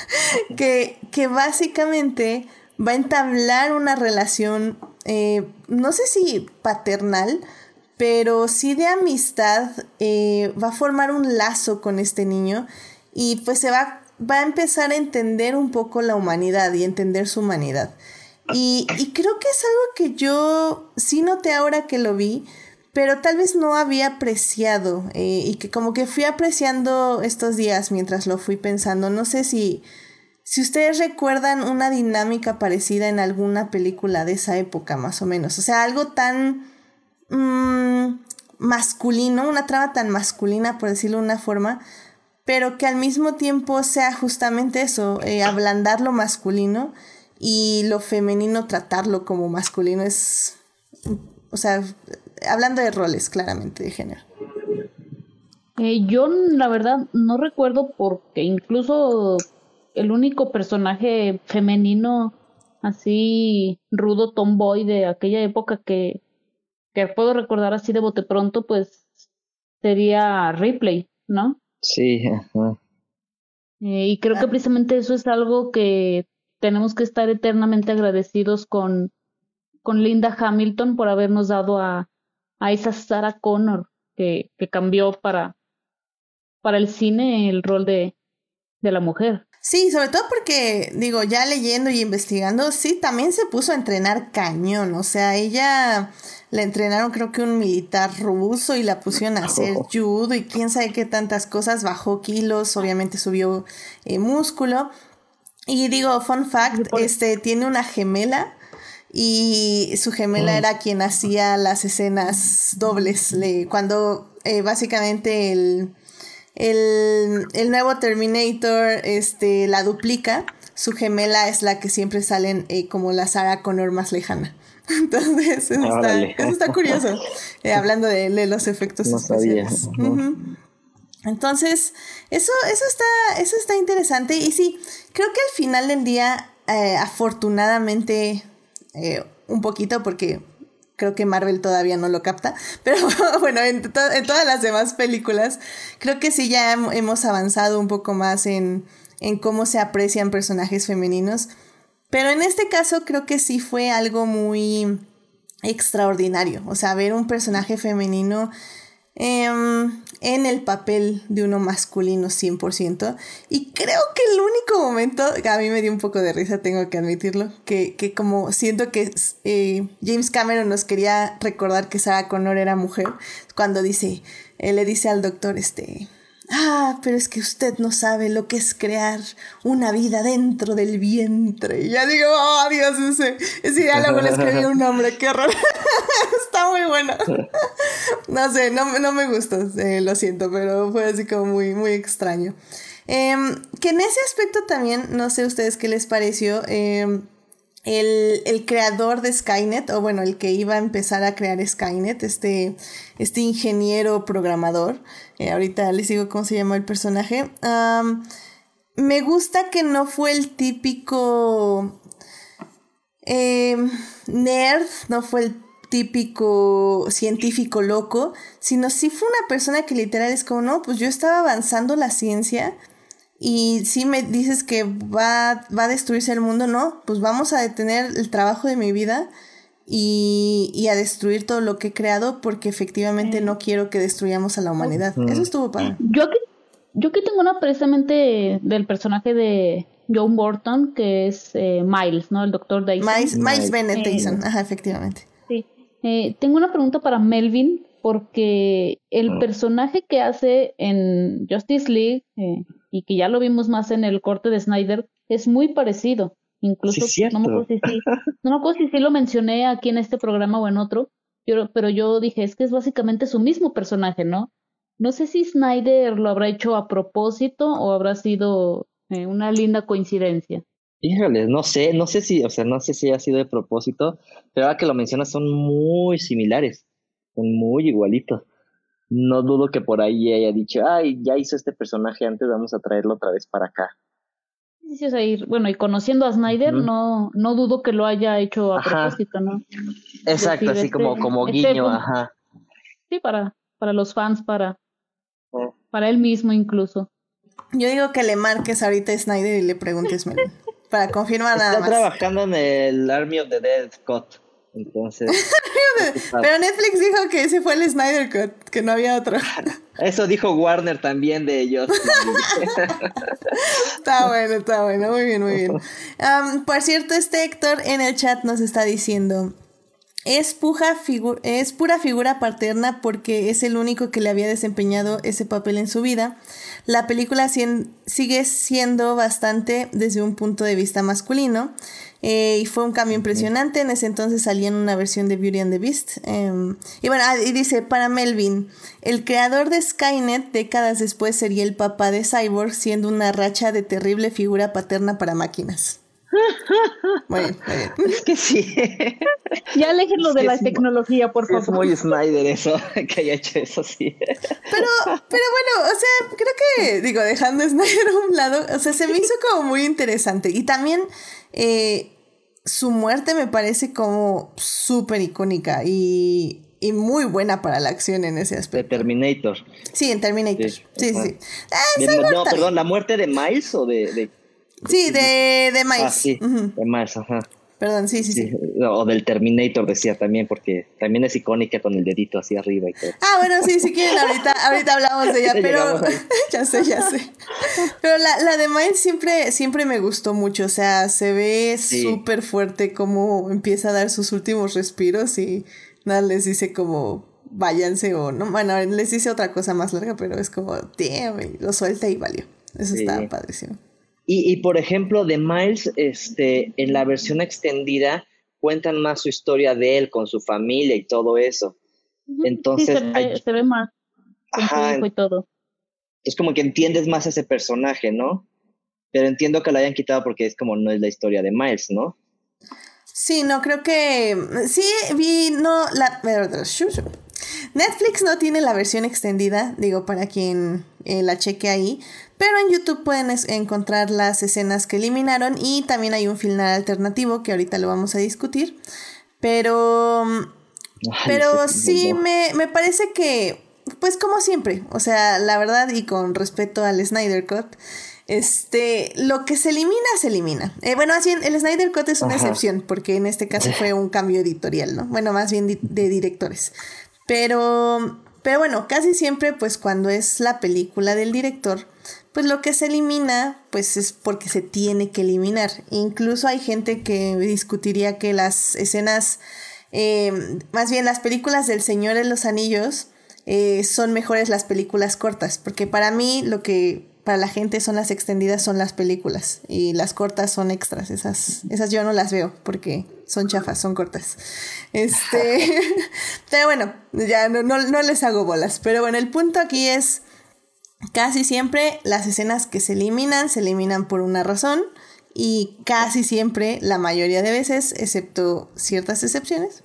que básicamente va a entablar una relación, no sé si paternal, pero sí de amistad, va a formar un lazo con este niño y pues se va a empezar a entender un poco la humanidad y entender su humanidad. Y creo que es algo que yo sí noté ahora que lo vi, pero tal vez no había apreciado y que como que fui apreciando estos días mientras lo fui pensando. No sé si ustedes recuerdan una dinámica parecida en alguna película de esa época más o menos. O sea, algo tan masculino, una trama tan masculina por decirlo de una forma, pero que al mismo tiempo sea justamente eso, ablandar lo masculino y lo femenino tratarlo como masculino. Es, o sea, hablando de roles claramente de género. Yo la verdad no recuerdo, porque incluso el único personaje femenino así rudo tomboy de aquella época que puedo recordar así de bote pronto, pues sería Ripley, ¿no? Sí, ajá. Y creo que precisamente eso es algo que tenemos que estar eternamente agradecidos con Linda Hamilton por habernos dado a esa Sarah Connor que cambió para el cine el rol de la mujer. Sí, sobre todo porque, digo, ya leyendo y investigando, sí, también se puso a entrenar cañón. O sea, ella la entrenaron creo que un militar ruso y la pusieron a hacer judo y quién sabe qué tantas cosas. Bajó kilos, obviamente subió músculo. Y digo, fun fact, tiene una gemela y su gemela era quien hacía las escenas dobles. Cuando básicamente el nuevo Terminator la duplica, su gemela es la que siempre salen como la Sarah Connor más lejana. Entonces eso está curioso, hablando de los efectos especiales. No. Uh-huh. Entonces eso está interesante. Y sí, creo que al final del día afortunadamente un poquito, porque creo que Marvel todavía no lo capta, pero bueno, en todas las demás películas creo que sí ya hemos avanzado un poco más en cómo se aprecian personajes femeninos, pero en este caso creo que sí fue algo muy extraordinario, o sea, ver un personaje femenino en el papel de uno masculino 100%, y creo que el único momento, a mí me dio un poco de risa, tengo que admitirlo, que como siento que James Cameron nos quería recordar que Sarah Connor era mujer, cuando le dice al doctor pero es que usted no sabe lo que es crear una vida dentro del vientre. Y ya digo, oh Dios, ese diálogo le escribió un hombre, qué horror. Está muy bueno. No sé, no me gustó, lo siento, pero fue así como muy, muy extraño. Que en ese aspecto también, no sé ustedes qué les pareció, el creador de Skynet, o bueno, el que iba a empezar a crear Skynet, este ingeniero programador, ahorita les digo cómo se llama el personaje. Me gusta que no fue el típico nerd, no fue el típico científico loco, sino sí fue una persona que literal es como, no, pues yo estaba avanzando la ciencia y si me dices que va a destruirse el mundo, no, pues vamos a detener el trabajo de mi vida y a destruir todo lo que he creado, porque efectivamente no quiero que destruyamos a la humanidad. Eso estuvo padre. Yo aquí tengo una precisamente del personaje de John Burton, que es Miles, ¿no? El doctor Dyson. Miles Bennett Dyson, ajá, efectivamente. Sí. Tengo una pregunta para Melvin, porque el personaje que hace en Justice League, y que ya lo vimos más en el corte de Snyder, es muy parecido. Incluso sí, no me acuerdo si sí lo mencioné aquí en este programa o en otro, pero yo dije, es que es básicamente su mismo personaje, ¿no? No sé si Snyder lo habrá hecho a propósito o habrá sido una linda coincidencia. Híjole, no sé si ha sido de propósito, pero ahora que lo mencionas son muy similares, son muy igualitos. No dudo que por ahí haya dicho, ya hizo este personaje antes, vamos a traerlo otra vez para acá. Sí, o sea, y conociendo a Snyder, no dudo que lo haya hecho a propósito, ¿no? Exacto, decir, así como guiño, ajá. Sí, para los fans, para él mismo incluso. Yo digo que le marques ahorita a Snyder y le preguntes, para confirmar nada más. Está trabajando en el Army of the Dead Cut, entonces... Pero Netflix dijo que ese fue el Snyder Cut, que no había otro. Eso dijo Warner también de ellos. Está bueno, muy bien. Por cierto, Héctor en el chat nos está diciendo... Es pura figura paterna porque es el único que le había desempeñado ese papel en su vida. La película sigue siendo bastante desde un punto de vista masculino, y fue un cambio impresionante. En ese entonces salía en una versión de Beauty and the Beast. Y bueno, y dice, para Melvin, el creador de Skynet décadas después sería el papá de Cyborg, siendo una racha de terrible figura paterna para máquinas. Muy bien. Es que sí. Ya aléjenlo de la tecnología, por favor. Es muy Snyder eso, que haya hecho eso, sí. Pero bueno, o sea, creo que, dejando a Snyder a un lado, o sea, se me hizo como muy interesante. Y también su muerte me parece como súper icónica. Y y muy buena para la acción en ese De aspecto. Terminator. Sí, en Terminator. Sí. No, perdón, ¿la muerte de Miles o de Sí, de Miles. sí, de Miles, ajá. Perdón, sí. O del Terminator decía también, porque también es icónica con el dedito hacia arriba y todo. Bueno, sí, si quieren ahorita hablamos de ella, pero ya sé. Pero la de Miles siempre me gustó mucho, o sea, se ve súper fuerte como empieza a dar sus últimos respiros y nada, les dice como váyanse o no, bueno, les dice otra cosa más larga, pero es como, damn, y lo suelta y valió. Eso está padrísimo. Y por ejemplo, de Miles, en la versión extendida cuentan más su historia de él con su familia y todo eso. Entonces se ve más con su hijo y todo. Es como que entiendes más a ese personaje, ¿no? Pero entiendo que lo hayan quitado porque es como no es la historia de Miles, ¿no? Sí, no, creo que sí vi, no, Netflix no tiene la versión extendida, digo, para quien la cheque ahí, pero en YouTube pueden encontrar las escenas que eliminaron y también hay un final alternativo que ahorita lo vamos a discutir, pero sí me parece que, pues como siempre, o sea, la verdad y con respeto al Snyder Cut, lo que se elimina. Bueno, más bien, el Snyder Cut es una excepción, porque en este caso fue un cambio editorial, ¿no? Bueno, más bien de directores. Pero bueno, casi siempre, pues cuando es la película del director, pues lo que se elimina, pues es porque se tiene que eliminar. Incluso hay gente que discutiría que las escenas, más bien las películas del Señor de los Anillos, son mejores las películas cortas, porque para mí lo que para la gente son las extendidas son las películas y las cortas son extras, esas yo no las veo porque son chafas, son cortas. Pero bueno, ya no les hago bolas, pero bueno, el punto aquí es casi siempre las escenas que se eliminan por una razón y casi siempre, la mayoría de veces, excepto ciertas excepciones,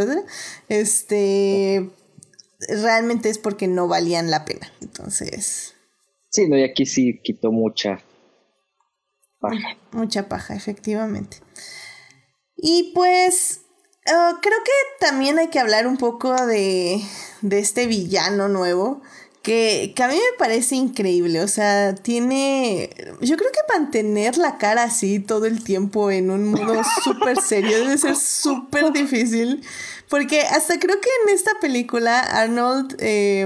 realmente es porque no valían la pena. Entonces, sí, no, y aquí sí quitó mucha paja. Mucha paja, efectivamente. Y pues creo que también hay que hablar un poco de este villano nuevo que a mí me parece increíble. O sea, yo creo que mantener la cara así todo el tiempo en un modo súper serio debe ser súper difícil. Porque hasta creo que en esta película Arnold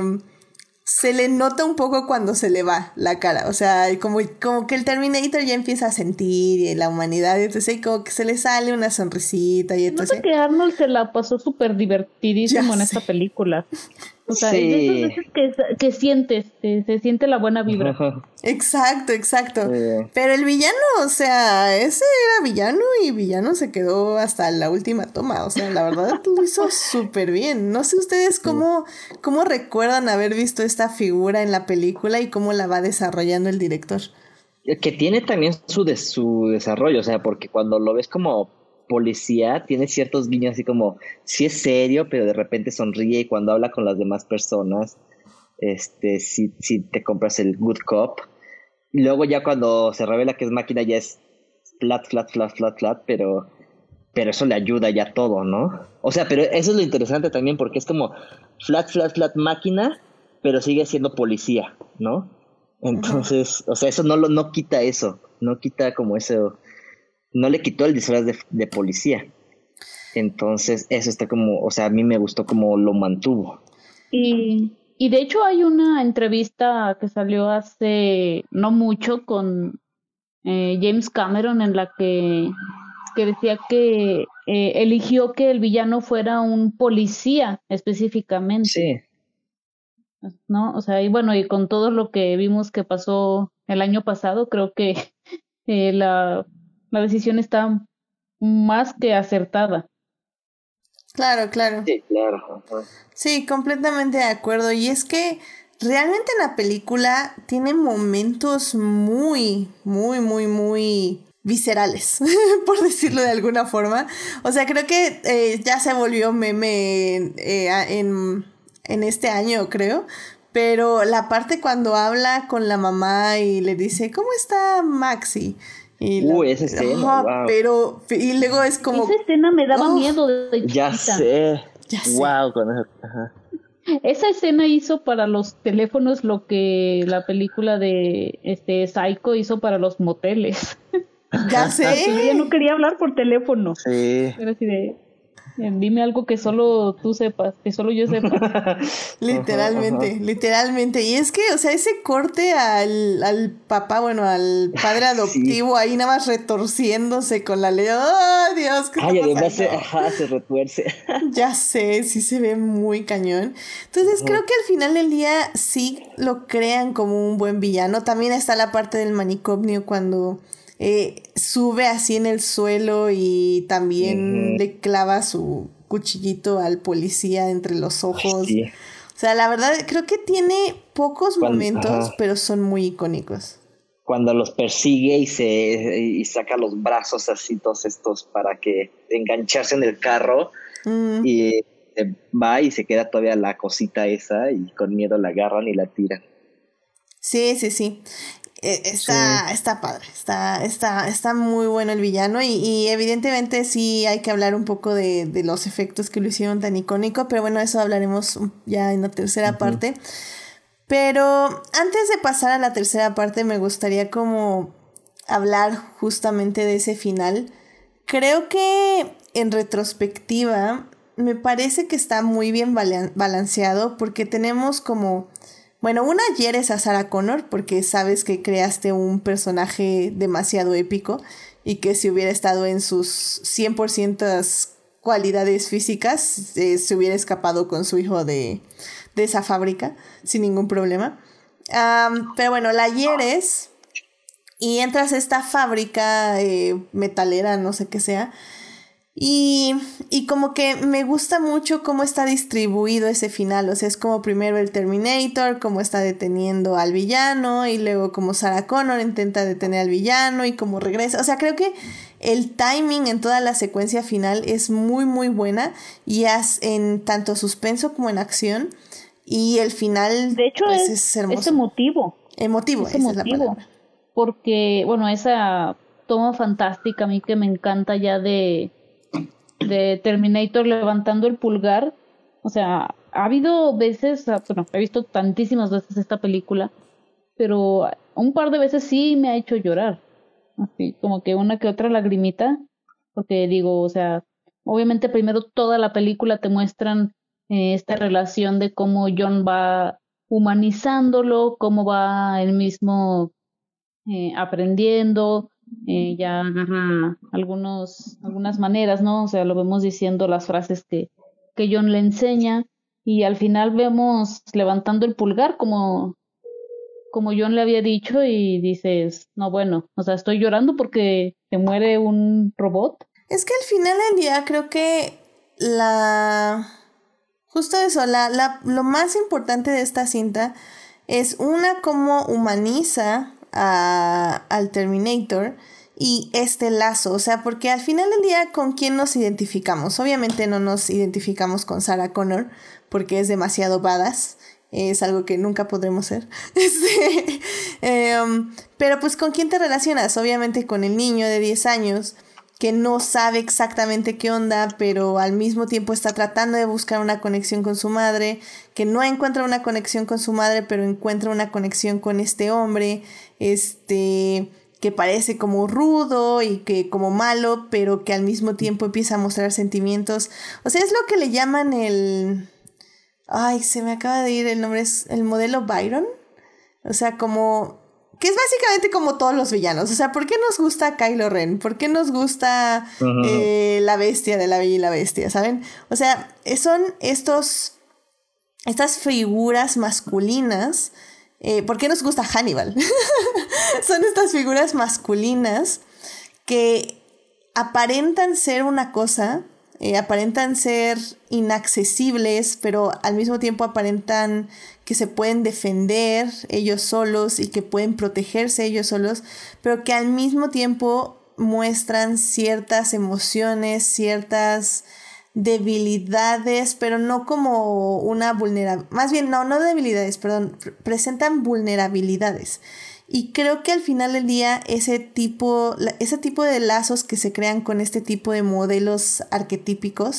se le nota un poco cuando se le va la cara. O sea, como que el Terminator ya empieza a sentir la humanidad. Entonces como que se le sale una sonrisita y entonces... No sé que Arnold se la pasó súper divertidísimo en esta película. O sea, es de esas veces que sientes, se siente la buena vibra. Exacto. Pero el villano, o sea, ese era villano y villano se quedó hasta la última toma. O sea, la verdad lo hizo súper bien. No sé ustedes cómo recuerdan haber visto esta figura en la película y cómo la va desarrollando el director. Que tiene también su desarrollo, o sea, porque cuando lo ves como policía, tiene ciertos guiños así como, sí es serio, pero de repente sonríe y cuando habla con las demás personas, sí te compras el good cop. Y luego ya cuando se revela que es máquina ya es flat, pero eso le ayuda ya todo, ¿no? O sea, pero eso es lo interesante también porque es como flat máquina, pero sigue siendo policía, ¿no? Entonces, o sea, eso no quita eso, no quita como eso. No le quitó el disfraz de policía. Entonces, eso está como, o sea, a mí me gustó como lo mantuvo. Y de hecho hay una entrevista que salió hace no mucho con James Cameron en la que decía que eligió que el villano fuera un policía específicamente. Sí. ¿No? O sea, y bueno, y con todo lo que vimos que pasó el año pasado, creo que la decisión está más que acertada. Claro. Sí, claro. Sí, completamente de acuerdo. Y es que realmente la película tiene momentos muy viscerales, por decirlo de alguna forma. O sea, creo que ya se volvió meme en este año, creo. Pero la parte cuando habla con la mamá y le dice, ¿cómo está Maxi? Esa escena, wow. Pero, y luego es como... Esa escena me daba miedo de chiquita. Ya sé. Ya sé. Wow, con eso. Ajá. Esa escena hizo para los teléfonos lo que la película de Psycho hizo para los moteles. Ya sé. Porque ella no quería hablar por teléfono. Sí. Era así de, dime algo que solo tú sepas, que solo yo sepa. Literalmente, literalmente. Y es que, o sea, ese corte al papá, bueno, al padre adoptivo, ahí nada más retorciéndose con la ley. ¡Oh, Dios! ¿Qué está Además pasando? se retuerce. Ya sé, sí se ve muy cañón. Entonces creo que al final del día sí lo crean como un buen villano. También está la parte del manicomio cuando sube así en el suelo y también le clava su cuchillito al policía entre los ojos. Sí. O sea, la verdad creo que tiene pocos momentos, ajá. pero son muy icónicos. Cuando los persigue y saca los brazos así todos estos para que engancharse en el carro y se va y se queda todavía la cosita esa y con miedo la agarran y la tiran. Sí, sí, sí. Está padre, está muy bueno el villano y evidentemente sí hay que hablar un poco de los efectos que lo hicieron tan icónico, pero bueno, eso hablaremos ya en la tercera parte. Pero antes de pasar a la tercera parte me gustaría como hablar justamente de ese final. Creo que en retrospectiva me parece que está muy bien balanceado porque tenemos como... Bueno, una hieres a Sarah Connor porque sabes que creaste un personaje demasiado épico y que si hubiera estado en sus 100% cualidades físicas se hubiera escapado con su hijo de esa fábrica sin ningún problema. Pero bueno, la hieres y entras a esta fábrica metalera, no sé qué sea. Y como que me gusta mucho cómo está distribuido ese final, o sea, es como primero el Terminator, cómo está deteniendo al villano, y luego como Sarah Connor intenta detener al villano y cómo regresa, o sea, creo que el timing en toda la secuencia final es muy muy buena y en tanto suspenso como en acción, y el final De hecho pues es hermoso. Es emotivo. Esa es la palabra. Porque, bueno, esa toma fantástica a mí que me encanta ya de Terminator levantando el pulgar. O sea, ha habido veces, bueno, he visto tantísimas veces esta película, pero un par de veces sí me ha hecho llorar. Así, como que una que otra lagrimita, porque digo, o sea, obviamente primero toda la película te muestran esta relación de cómo John va humanizándolo, cómo va él mismo aprendiendo, ya agarra algunas maneras, ¿no? O sea, lo vemos diciendo las frases que John le enseña y al final vemos levantando el pulgar como John le había dicho y dices, no, bueno, o sea, estoy llorando porque se muere un robot. Es que al final del día creo que justo eso, lo más importante de esta cinta es cómo humaniza al Terminator y este lazo, o sea, porque al final del día ¿con quién nos identificamos? Obviamente no nos identificamos con Sarah Connor porque es demasiado badass, es algo que nunca podremos ser. Pero pues ¿con quién te relacionas? Obviamente con el niño de 10 años que no sabe exactamente qué onda, pero al mismo tiempo está tratando de buscar una conexión con su madre, que no encuentra una conexión con su madre, pero encuentra una conexión con este hombre, que parece como rudo y que como malo, pero que al mismo tiempo empieza a mostrar sentimientos. O sea, es lo que le llaman Ay, se me acaba de ir el nombre, es el modelo Byron. O sea, que es básicamente como todos los villanos. O sea, ¿por qué nos gusta Kylo Ren? ¿Por qué nos gusta la bestia de La Bella y la Bestia? ¿Saben? O sea, son estas figuras masculinas. ¿Por qué nos gusta Hannibal? Son estas figuras masculinas que aparentan ser una cosa, aparentan ser inaccesibles, pero al mismo tiempo aparentan que se pueden defender ellos solos y que pueden protegerse ellos solos, pero que al mismo tiempo muestran ciertas emociones, ciertas debilidades, pero no como una vulnerabilidad, más bien no debilidades, perdón, presentan vulnerabilidades. Y creo que al final del día ese tipo de lazos que se crean con este tipo de modelos arquetípicos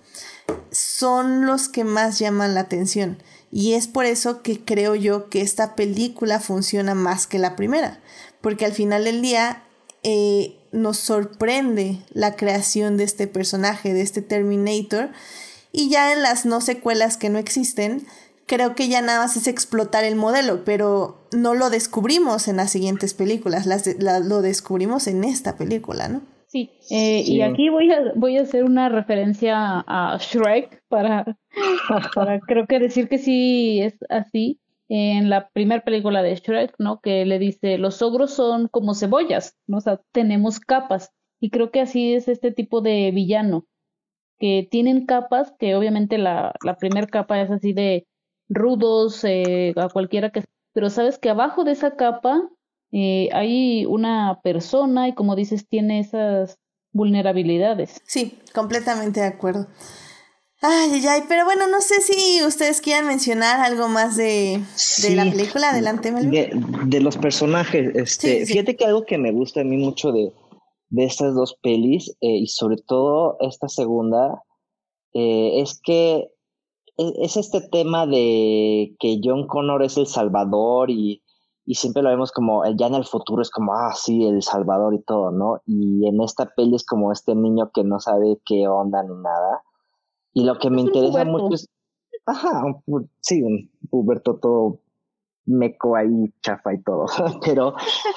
son los que más llaman la atención. Y es por eso que creo yo que esta película funciona más que la primera. Porque al final del día nos sorprende la creación de este personaje, de este Terminator. Y ya en las no secuelas que no existen, creo que ya nada más es explotar el modelo. Pero no lo descubrimos en las siguientes películas. Lo descubrimos en esta película, ¿no? Sí, y aquí voy a hacer una referencia a Shrek para creo que decir que sí es así. En la primera película de Shrek, ¿no? Que le dice, los ogros son como cebollas, ¿no? O sea, tenemos capas. Y creo que así es este tipo de villano, que tienen capas, que obviamente la primera capa es así de rudos, a cualquiera que... Pero sabes que abajo de esa capa hay una persona y como dices, tiene esas vulnerabilidades. Sí, completamente de acuerdo. Ay, pero bueno, no sé si ustedes quieran mencionar algo más de la película. Adelante, Melvin. De los personajes, Sí. Fíjate que algo que me gusta a mí mucho de estas dos pelis, y sobre todo esta segunda, es que es este tema de que John Connor es el salvador y siempre lo vemos como, ya en el futuro es como, sí, el salvador y todo, ¿no? Y en esta peli es como este niño que no sabe qué onda ni nada. Y lo que me interesa mucho es, sí, un puberto todo meco ahí, chafa y todo, pero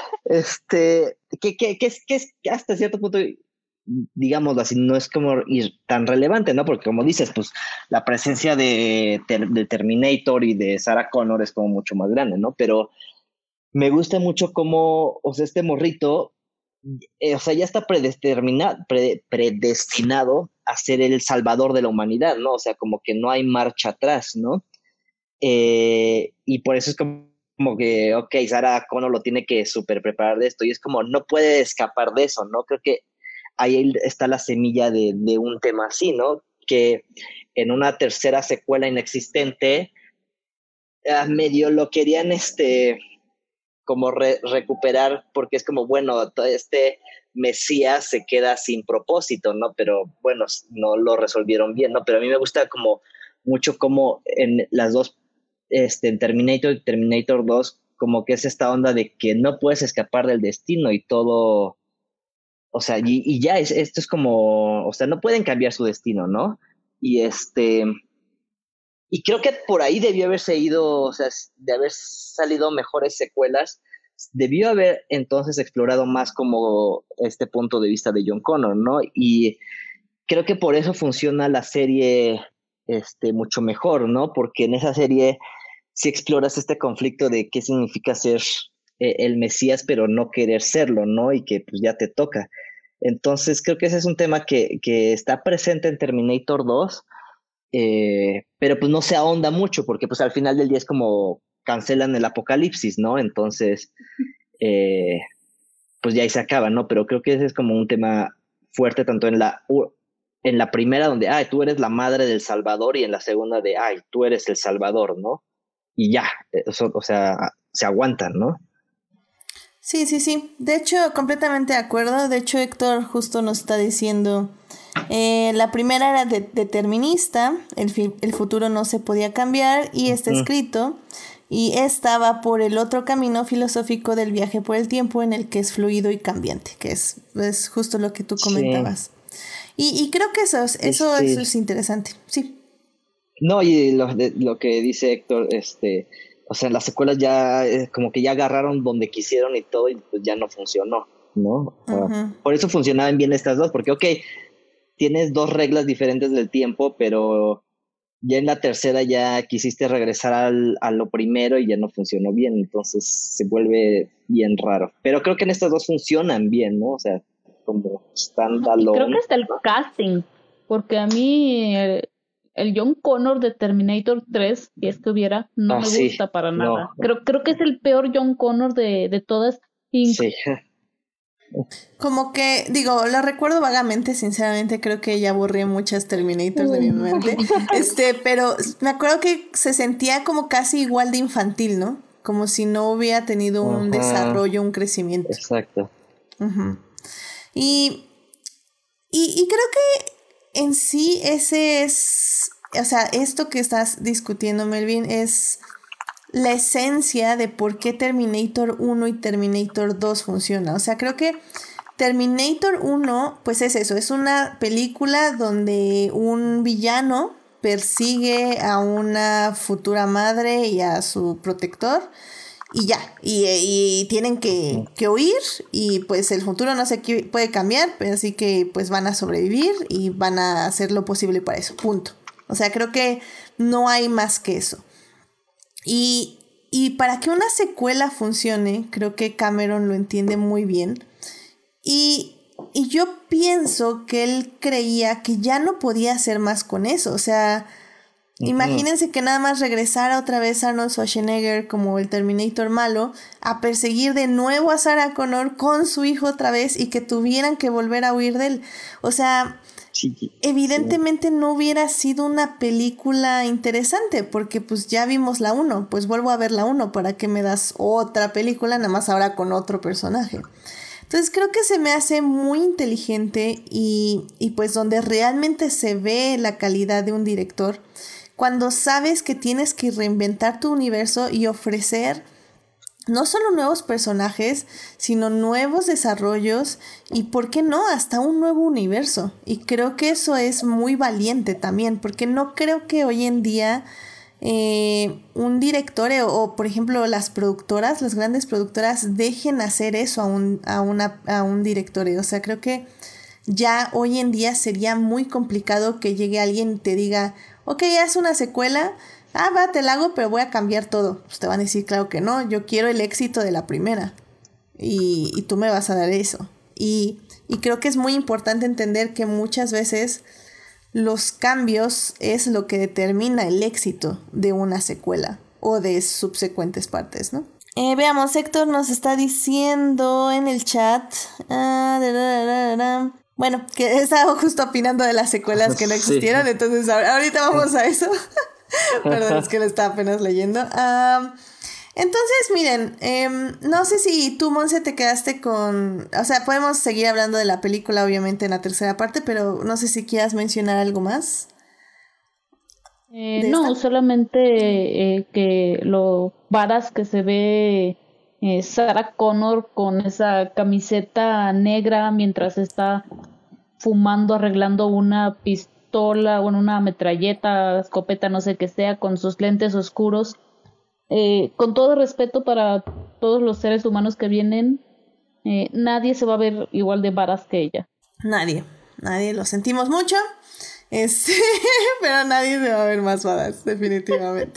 que es hasta cierto punto, digámoslo así, no es como tan relevante, ¿no? Porque como dices, pues la presencia de Terminator y de Sarah Connor es como mucho más grande, ¿no? Pero me gusta mucho cómo, o sea, este morrito, ya está predestinado a ser el salvador de la humanidad, ¿no? O sea, como que no hay marcha atrás, ¿no? Y por eso es como que, ok, Sarah Connor lo tiene que súper preparar de esto, y es como, no puede escapar de eso, ¿no? Creo que ahí está la semilla de un tema así, ¿no? Que en una tercera secuela inexistente, medio lo querían, como recuperar, porque es como, bueno, todo este Mesías se queda sin propósito, ¿no? Pero bueno, no lo resolvieron bien, ¿no? Pero a mí me gusta como mucho como en las dos, en Terminator y Terminator 2, como que es esta onda de que no puedes escapar del destino y todo, o sea, y ya esto es como, o sea, no pueden cambiar su destino, ¿no? Y y creo que por ahí debió haberse ido, o sea, de haber salido mejores secuelas, debió haber entonces explorado más como este punto de vista de John Connor, ¿no? Y creo que por eso funciona la serie mucho mejor, ¿no? Porque en esa serie sí exploras este conflicto de qué significa ser el Mesías, pero no querer serlo, ¿no? Y que pues ya te toca. Entonces creo que ese es un tema que está presente en Terminator 2, pero pues no se ahonda mucho porque pues al final del día es como cancelan el apocalipsis, ¿no? Entonces, pues ya ahí se acaba, ¿no? Pero creo que ese es como un tema fuerte tanto en la primera donde, tú eres la madre del Salvador, y en la segunda de, tú eres el Salvador, ¿no? Y ya, o sea, se aguantan, ¿no? Sí. De hecho, completamente de acuerdo. De hecho, Héctor justo nos está diciendo, la primera era determinista, el futuro no se podía cambiar y está escrito, y esta va por el otro camino filosófico del viaje por el tiempo en el que es fluido y cambiante, que es justo lo que tú comentabas. Y creo que eso es interesante, sí. No, y lo que dice Héctor, o sea, las secuelas ya como que ya agarraron donde quisieron y todo, y pues ya no funcionó, ¿no? Por eso funcionaban bien estas dos, porque tienes dos reglas diferentes del tiempo, pero ya en la tercera ya quisiste regresar a lo primero y ya no funcionó bien, entonces se vuelve bien raro. Pero creo que en estas dos funcionan bien, ¿no? O sea, como standalone. Creo que hasta el casting, porque a mí el John Connor de Terminator 3, si es que hubiera, no me gusta para nada. No. Creo que es el peor John Connor de todas. Sí. Como que, digo, lo recuerdo vagamente, sinceramente, creo que ya borré muchas Terminators de mi mente. Pero me acuerdo que se sentía como casi igual de infantil, ¿no? Como si no hubiera tenido un desarrollo, un crecimiento. Exacto. Y creo que en sí ese es, o sea, esto que estás discutiendo, Melvin, es la esencia de por qué Terminator 1 y Terminator 2 funciona. O sea, creo que Terminator 1, pues es eso, es una película donde un villano persigue a una futura madre y a su protector y ya, y tienen que huir y pues el futuro no se puede cambiar, pero así que pues van a sobrevivir y van a hacer lo posible para eso, punto. O sea, creo que no hay más que eso. Y para que una secuela funcione, creo que Cameron lo entiende muy bien. Y yo pienso que él creía que ya no podía hacer más con eso. O sea, imagínense que nada más regresara otra vez Arnold Schwarzenegger como el Terminator malo a perseguir de nuevo a Sarah Connor con su hijo otra vez y que tuvieran que volver a huir de él. O sea, evidentemente no hubiera sido una película interesante porque pues ya vimos la 1, pues vuelvo a ver la 1, ¿para qué me das otra película nada más ahora con otro personaje? Entonces creo que se me hace muy inteligente y pues donde realmente se ve la calidad de un director, cuando sabes que tienes que reinventar tu universo y ofrecer no solo nuevos personajes, sino nuevos desarrollos y, ¿por qué no?, hasta un nuevo universo. Y creo que eso es muy valiente también, porque no creo que hoy en día un director o, por ejemplo, las productoras, las grandes productoras, dejen hacer eso a un director. O sea, creo que ya hoy en día sería muy complicado que llegue alguien y te diga, ok, haz una secuela, va, te la hago, pero voy a cambiar todo. Pues te van a decir, claro que no, yo quiero el éxito de la primera. Y tú me vas a dar eso. Y creo que es muy importante entender que muchas veces los cambios es lo que determina el éxito de una secuela o de subsecuentes partes, ¿no? Veamos, Héctor nos está diciendo en el chat... Bueno, que estaba justo opinando de las secuelas que no existieron, entonces ahorita vamos a eso. Perdón, es que lo estaba apenas leyendo. Entonces, miren, no sé si tú, Monse, te quedaste con... O sea, podemos seguir hablando de la película, obviamente, en la tercera parte, pero no sé si quieras mencionar algo más. No, solamente que lo varas que se ve Sarah Connor con esa camiseta negra mientras está fumando, arreglando una pistola, bueno, una metralleta, escopeta, no sé qué sea, con sus lentes oscuros. Con todo respeto para todos los seres humanos que vienen, nadie se va a ver igual de varas que ella. Nadie, lo sentimos mucho, pero nadie se va a ver más varas, definitivamente.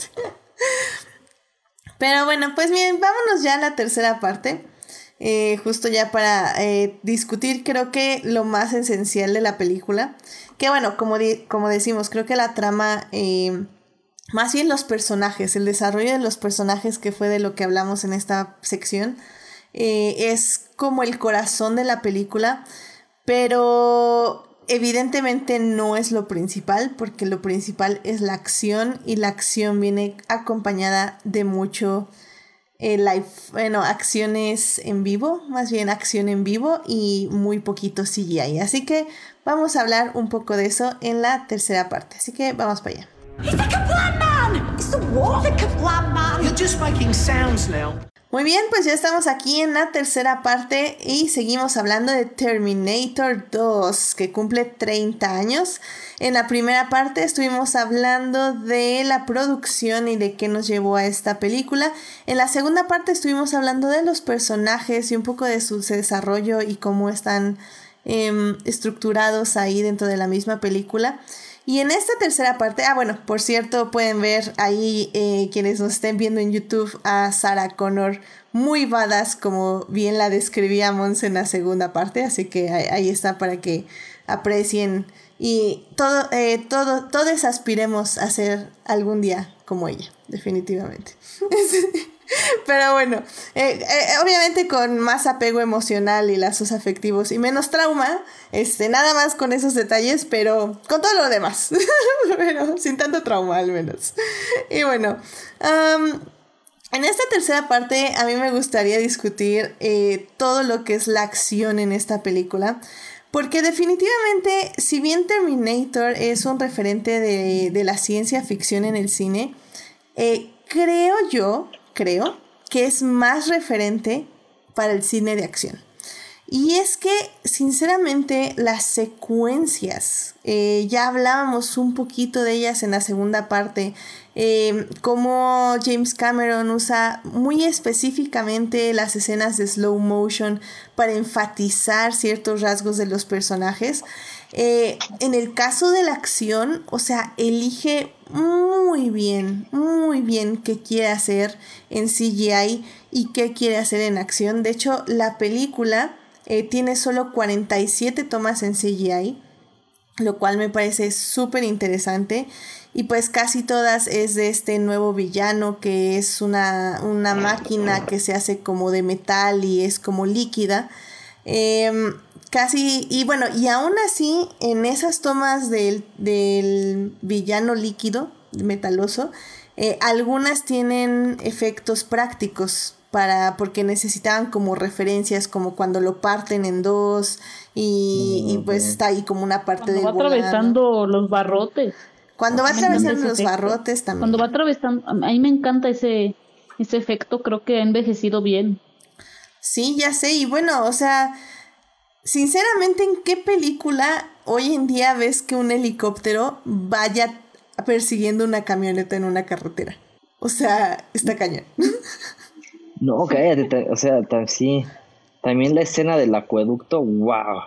Pero bueno, pues bien, vámonos ya a la tercera parte, justo ya para discutir creo que lo más esencial de la película, que bueno, como decimos, creo que la trama... más bien los personajes, el desarrollo de los personajes, que fue de lo que hablamos en esta sección, es como el corazón de la película, pero evidentemente no es lo principal, porque lo principal es la acción, y la acción viene acompañada de mucho acciones en vivo, más bien acción en vivo y muy poquito CGI. Así que vamos a hablar un poco de eso en la tercera parte, así que vamos para allá. He's the Kablam Man! It's the what? The Kablam Man! You're just making sounds now. Muy bien, pues ya estamos aquí en la tercera parte y seguimos hablando de Terminator 2, que cumple 30 años. En la primera parte estuvimos hablando de la producción y de qué nos llevó a esta película. En la segunda parte estuvimos hablando de los personajes y un poco de su desarrollo y cómo están estructurados ahí dentro de la misma película. Y en esta tercera parte, bueno, por cierto, pueden ver ahí quienes nos estén viendo en YouTube a Sarah Connor muy badass, como bien la describía Monse en la segunda parte, así que ahí está para que aprecien y todos aspiremos a ser algún día como ella, definitivamente. Pero bueno, obviamente con más apego emocional y lazos afectivos y menos trauma, nada más con esos detalles, pero con todo lo demás, pero sin tanto trauma al menos. Y bueno, en esta tercera parte a mí me gustaría discutir todo lo que es la acción en esta película, Porque definitivamente, si bien Terminator es un referente de la ciencia ficción en el cine, creo que es más referente para el cine de acción. Y es que, sinceramente, las secuencias, ya hablábamos un poquito de ellas en la segunda parte, cómo James Cameron usa muy específicamente las escenas de slow motion para enfatizar ciertos rasgos de los personajes. En el caso de la acción, o sea, elige muy bien qué quiere hacer en CGI y qué quiere hacer en acción. De hecho, la película tiene solo 47 tomas en CGI, lo cual me parece súper interesante. Y pues casi todas es de este nuevo villano que es una máquina que se hace como de metal y es como líquida. Y aún así, en esas tomas del villano líquido, metaloso, algunas tienen efectos prácticos porque necesitaban como referencias, como cuando lo parten en dos y pues está ahí como una parte del volante. Cuando va atravesando los barrotes. Cuando va atravesando los barrotes también. Cuando va atravesando, a mí me encanta ese efecto, creo que ha envejecido bien. Sí, ya sé, y bueno, o sea, sinceramente, ¿en qué película hoy en día ves que un helicóptero vaya persiguiendo una camioneta en una carretera? O sea, está cañón. No, cállate, o sea, sí. También la escena del acueducto, wow.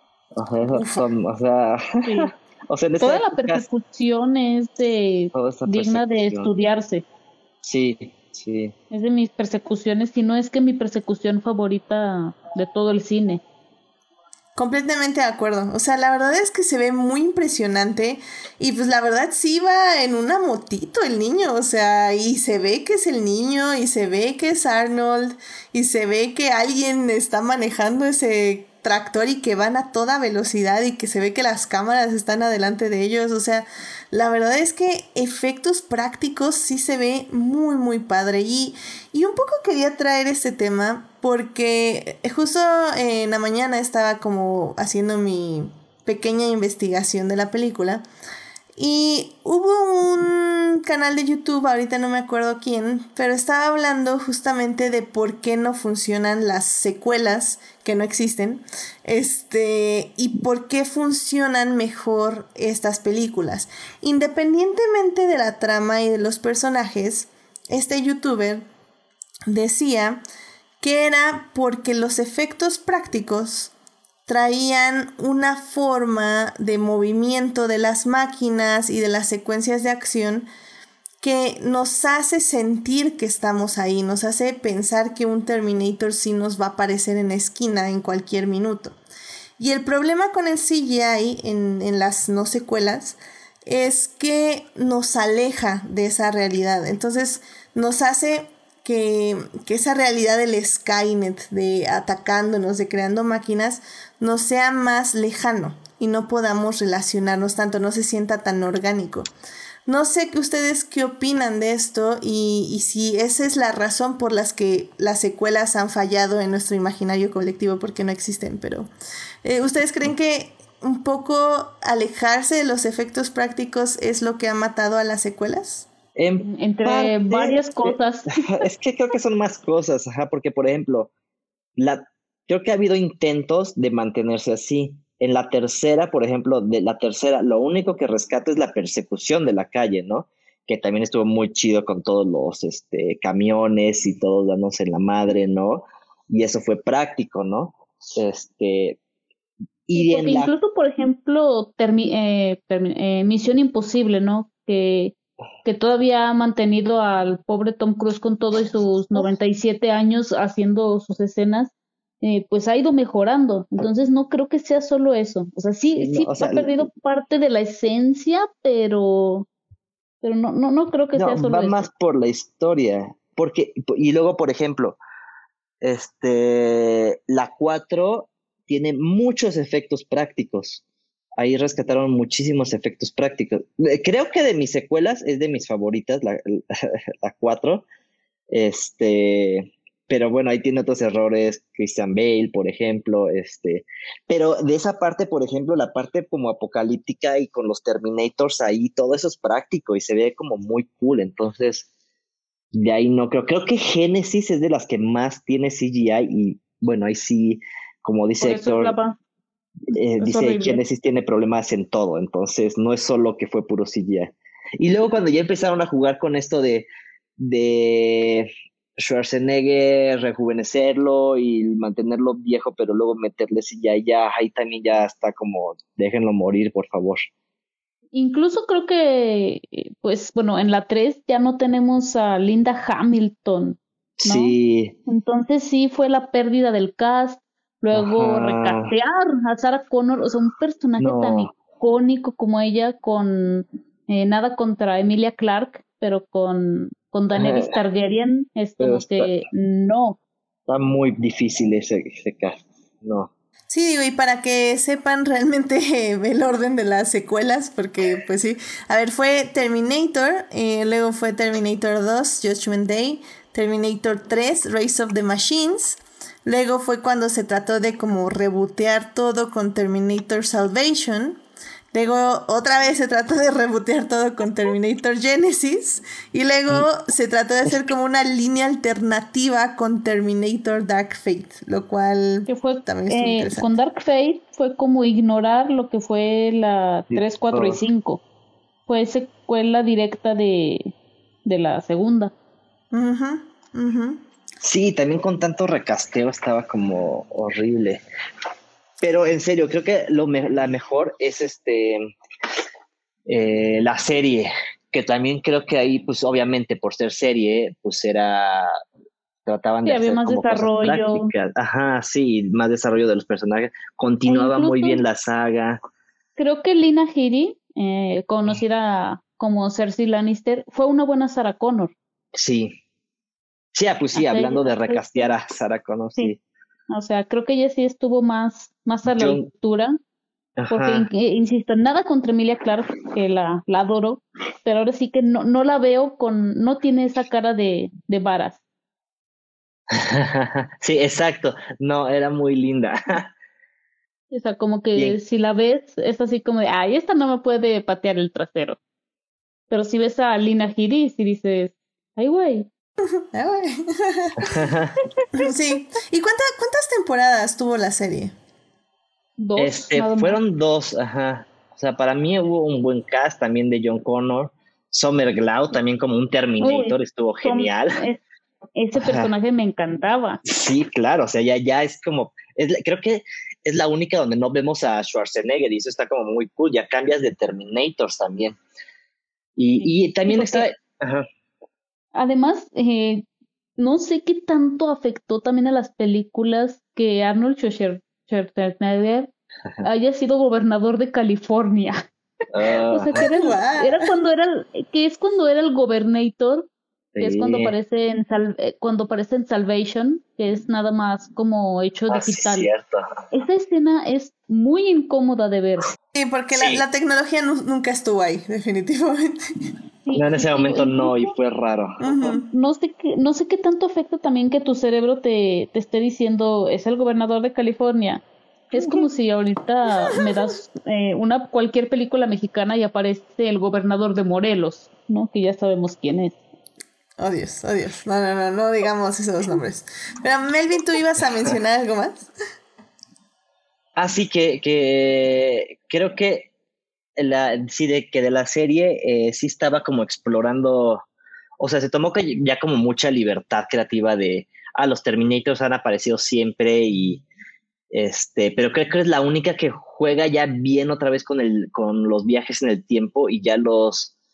Sí. O sea, toda la persecución es digna de estudiarse. Sí. Es de mis persecuciones, si no es que mi persecución favorita de todo el cine. Completamente de acuerdo. O sea, la verdad es que se ve muy impresionante. Y pues la verdad sí va en una motito el niño. O sea, y se ve que es el niño, y se ve que es Arnold, y se ve que alguien está manejando ese tractor y que van a toda velocidad y que se ve que las cámaras están adelante de ellos. O sea, la verdad es que efectos prácticos sí se ve muy, muy padre. Y un poco quería traer este tema porque justo en la mañana estaba como haciendo mi pequeña investigación de la película y hubo un canal de YouTube, ahorita no me acuerdo quién, pero estaba hablando justamente de por qué no funcionan las secuelas, que no existen, y por qué funcionan mejor estas películas. Independientemente de la trama y de los personajes, este youtuber decía que era porque los efectos prácticos traían una forma de movimiento de las máquinas y de las secuencias de acción que nos hace sentir que estamos ahí, nos hace pensar que un Terminator sí nos va a aparecer en la esquina en cualquier minuto. Y el problema con el CGI en las no secuelas es que nos aleja de esa realidad. Entonces nos hace que esa realidad del Skynet, de atacándonos, de creando máquinas, nos sea más lejano y no podamos relacionarnos tanto, no se sienta tan orgánico. No sé ustedes qué opinan de esto y si esa es la razón por las que las secuelas han fallado en nuestro imaginario colectivo, porque no existen, pero ¿ustedes creen que un poco alejarse de los efectos prácticos es lo que ha matado a las secuelas? Entre varias cosas. Es que creo que son más cosas, porque por ejemplo, creo que ha habido intentos de mantenerse así. En la tercera, por ejemplo, lo único que rescata es la persecución de la calle, ¿no? Que también estuvo muy chido con todos los camiones y todos dándose en la madre, ¿no? Y eso fue práctico, ¿no? Y porque incluso, por ejemplo, Misión Imposible, ¿no? Que todavía ha mantenido al pobre Tom Cruise con todo y sus 97 años haciendo sus escenas, pues ha ido mejorando. Entonces no creo que sea solo eso. O sea, sí ha perdido parte de la esencia, pero no creo que sea solo eso. Va más por la historia. Y luego, por ejemplo, la 4 tiene muchos efectos prácticos. Ahí rescataron muchísimos efectos prácticos. Creo que de mis secuelas es de mis favoritas, la 4. pero bueno, ahí tiene otros errores, Christian Bale, por ejemplo, pero de esa parte, por ejemplo, la parte como apocalíptica y con los Terminators ahí, todo eso es práctico y se ve como muy cool, entonces de ahí no creo que Genesis es de las que más tiene CGI y bueno, ahí sí, como dice Héctor, dice horrible. Genesis tiene problemas en todo, entonces no es solo que fue puro CGI. Y luego cuando ya empezaron a jugar con esto de Schwarzenegger, rejuvenecerlo y mantenerlo viejo, pero luego meterle CGI, ya ahí también ya está como, déjenlo morir, por favor. Incluso creo que, pues bueno, en la 3 ya no tenemos a Linda Hamilton, ¿no? Sí. Entonces sí fue la pérdida del cast, luego recastear a Sarah Connor, o sea, un personaje tan icónico como ella, con nada contra Emilia Clarke, pero con Daenerys Targaryen, es como que no. Está muy difícil ese cast, no. Sí, digo, y para que sepan realmente el orden de las secuelas, porque pues sí, a ver, fue Terminator, luego fue Terminator 2, Judgment Day, Terminator 3, Rise of the Machines, luego fue cuando se trató de como rebootear todo con Terminator Salvation, luego otra vez se trató de rebootear todo con Terminator Genesis y luego se trató de hacer como una línea alternativa con Terminator Dark Fate, lo cual que fue, también estuvo interesante. Con Dark Fate fue como ignorar lo que fue la 3, 4 y 5. Fue secuela directa de la segunda. Sí, también con tanto recasteo estaba como horrible. Pero en serio, creo que la mejor es la serie, que también creo que ahí, pues obviamente por ser serie, pues trataban de hacer más como desarrollo. Cosas prácticas. Ajá, sí, más desarrollo de los personajes. Continuaba muy bien la saga. Creo que Lena Headey, conocida como Cersei Lannister, fue una buena Sarah Connor. Sí. Sí, pues sí, hablando de recastear a Sarah Connor, sí. O sea, creo que ella sí estuvo más a la altura. Porque, insisto, nada contra Emilia Clarke, que la adoro, pero ahora sí que no la veo no tiene esa cara de varas. Sí, exacto. No, era muy linda. O sea, como que si la ves, es así como de, ay, esta no me puede patear el trasero. Pero si ves a Lena Headey, si dices, ay, güey. Sí. ¿Y cuántas temporadas tuvo la serie? 2. Fueron 2, ajá. O sea, para mí hubo un buen cast también de John Connor. Summer Glau también como un Terminator, estuvo genial. Ese personaje me encantaba. Sí, claro, o sea, ya es como, creo que es la única donde no vemos a Schwarzenegger y eso está como muy cool, ya cambias de Terminators también. Y también está... Ajá. Además, no sé qué tanto afectó también a las películas que Arnold Schwarzenegger haya sido gobernador de California. O sea, que era cuando era el gobernator, que es cuando aparece en Salvation, que es nada más como hecho digital. Sí, cierto. Esa escena es muy incómoda de ver. Sí, porque la tecnología nunca estuvo ahí, definitivamente. No, en ese momento no, y fue raro. No sé qué tanto afecta también que tu cerebro te esté diciendo, es el gobernador de California. Es como si ahorita me das cualquier película mexicana y aparece el gobernador de Morelos, ¿no? Que ya sabemos quién es. Oh Dios. No digamos esos nombres. Pero Melvin, ¿tú ibas a mencionar algo más? Así que creo que de la serie sí estaba como explorando, o sea, se tomó ya como mucha libertad creativa de, los Terminators han aparecido siempre pero creo que es la única que juega ya bien otra vez con los viajes en el tiempo y ya o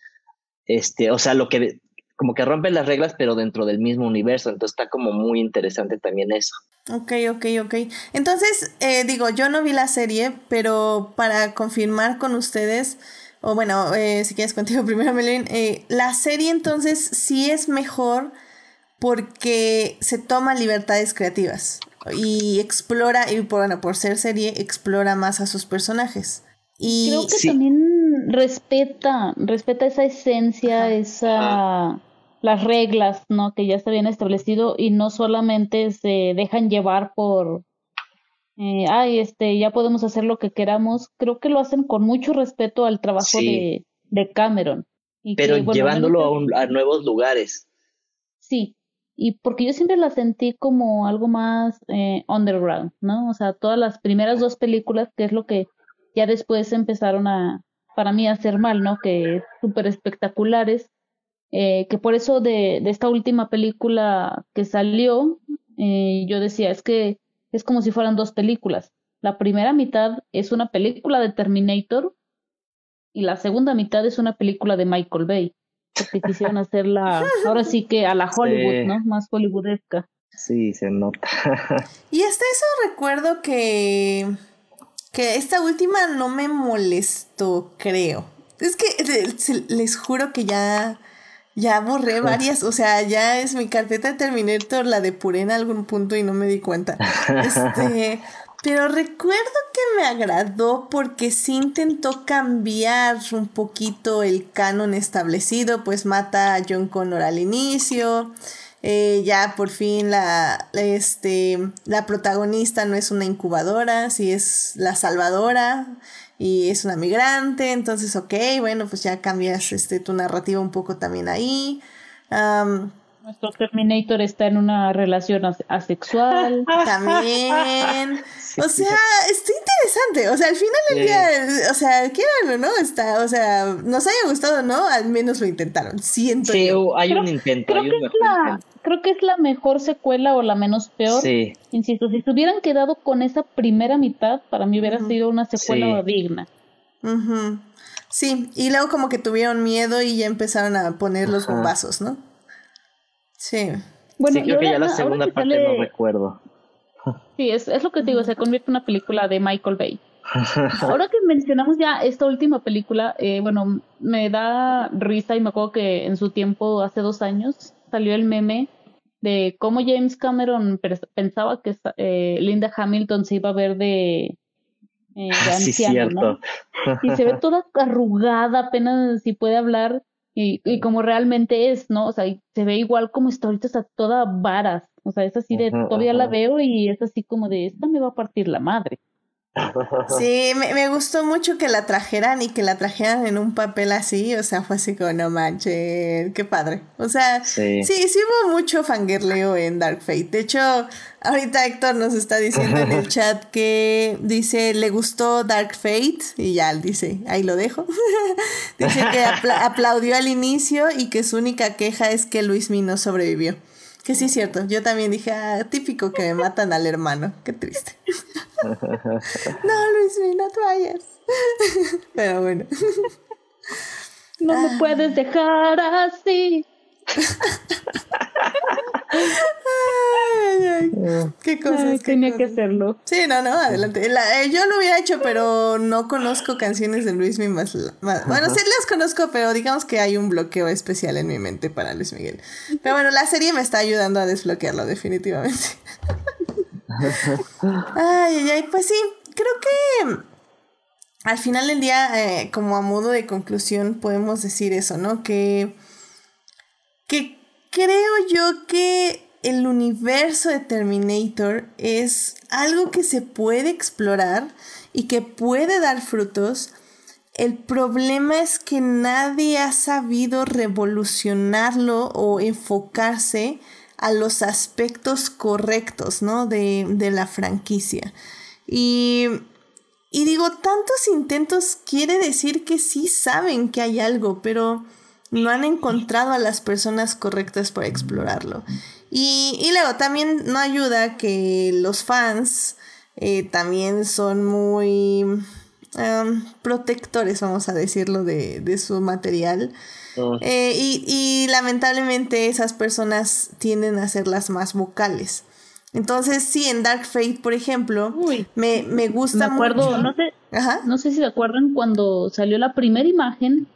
sea, lo que como que rompen las reglas pero dentro del mismo universo, entonces está como muy interesante también eso. Ok. Entonces, yo no vi la serie, pero para confirmar con ustedes, o bueno, si quieres contigo primero, Melvin, la serie entonces sí es mejor porque se toma libertades creativas y explora, y por ser serie, explora más a sus personajes. Y creo que también respeta esa esencia, las reglas, ¿no? Que ya se habían establecido y no solamente se dejan llevar por, ya podemos hacer lo que queramos. Creo que lo hacen con mucho respeto al trabajo Sí, de Cameron. Y pero que, bueno, al menos llevándolo a nuevos lugares. sí. Y porque yo siempre la sentí como algo más underground, ¿no? O sea, todas las primeras dos películas, que es lo que ya después empezaron para mí a hacer mal, ¿no? Que súper espectaculares, que por eso de esta última película que salió, yo decía, es que es como si fueran dos películas. La primera mitad es una película de Terminator y la segunda mitad es una película de Michael Bay, porque quisieron hacerla, ahora sí que a la Hollywood, Sí, ¿no? Más hollywoodesca. sí, se nota. Y hasta eso recuerdo que esta última no me molestó, creo. Es que les juro que ya borré varias, o sea, ya es mi carpeta de Terminator, la depuré en algún punto y no me di cuenta. Pero recuerdo que me agradó porque sí intentó cambiar un poquito el canon establecido, pues mata a John Connor al inicio. Ya por fin la protagonista no es una incubadora, sí es la salvadora y es una migrante, entonces ok, bueno, pues ya cambias tu narrativa un poco también ahí. Nuestro Terminator está en una relación asexual. También, Sí, o sea, está interesante, o sea, al final del día, o sea, quieran o no, está, o sea, nos haya gustado o no, al menos lo intentaron, siento sí, yo. hay un intento, hay un mejor intento. Creo que es la mejor secuela o la menos peor. Sí, Insisto, si se hubieran quedado con esa primera mitad, para mí hubiera sido una secuela sí. digna. Ujú. Sí, y luego como que tuvieron miedo y ya empezaron a poner los bombazos, ¿no? Sí. Bueno, Sí, creo que ya la ahora segunda que parte no recuerdo. sí, es lo que te digo, se convierte en una película de Michael Bay. Ahora que mencionamos ya esta última película, bueno, me da risa y me acuerdo que en su tiempo, hace 2 años, salió el meme de cómo James Cameron pensaba que Linda Hamilton se iba a ver de Sí, anciana, cierto. ¿no? Y se ve toda arrugada, apenas si puede hablar, y como realmente es, ¿no? O sea, y se ve igual como está ahorita, está toda varas. O sea, es así de, todavía la veo y es así como de, esta me va a partir la madre. Sí, me gustó mucho que la trajeran y que la trajeran en un papel así, o sea, fue así como, no manches, qué padre. O sea, sí hubo mucho fangirleo en Dark Fate. De hecho, ahorita Héctor nos está diciendo en el chat que dice, le gustó Dark Fate, y ya dice, ahí lo dejo. Dice que aplaudió al inicio y que su única queja es que Luismi no sobrevivió. Que sí es cierto, yo también dije, típico que me matan al hermano, qué triste. No, Luismi, no te vayas. Pero bueno. No me puedes dejar así. Ay, qué cosas. Tenía que hacerlo. Sí, no, adelante. Yo lo hubiera hecho, pero no conozco canciones de Luismi más. Bueno, sí las conozco, pero digamos que hay un bloqueo especial en mi mente para Luis Miguel. Pero bueno, la serie me está ayudando a desbloquearlo, definitivamente. Ay, pues sí, creo que al final del día, como a modo de conclusión, podemos decir eso, ¿no? Que creo yo que el universo de Terminator es algo que se puede explorar y que puede dar frutos. El problema es que nadie ha sabido revolucionarlo o enfocarse a los aspectos correctos, ¿no? de la franquicia. Y digo, tantos intentos quiere decir que sí saben que hay algo, pero no han encontrado a las personas correctas para explorarlo. Y luego también no ayuda que los fans también son muy protectores, vamos a decirlo, de su material. Y lamentablemente esas personas tienden a ser las más vocales. Entonces, sí, en Dark Fate, por ejemplo, me gusta mucho. No sé si se acuerdan cuando salió la primera imagen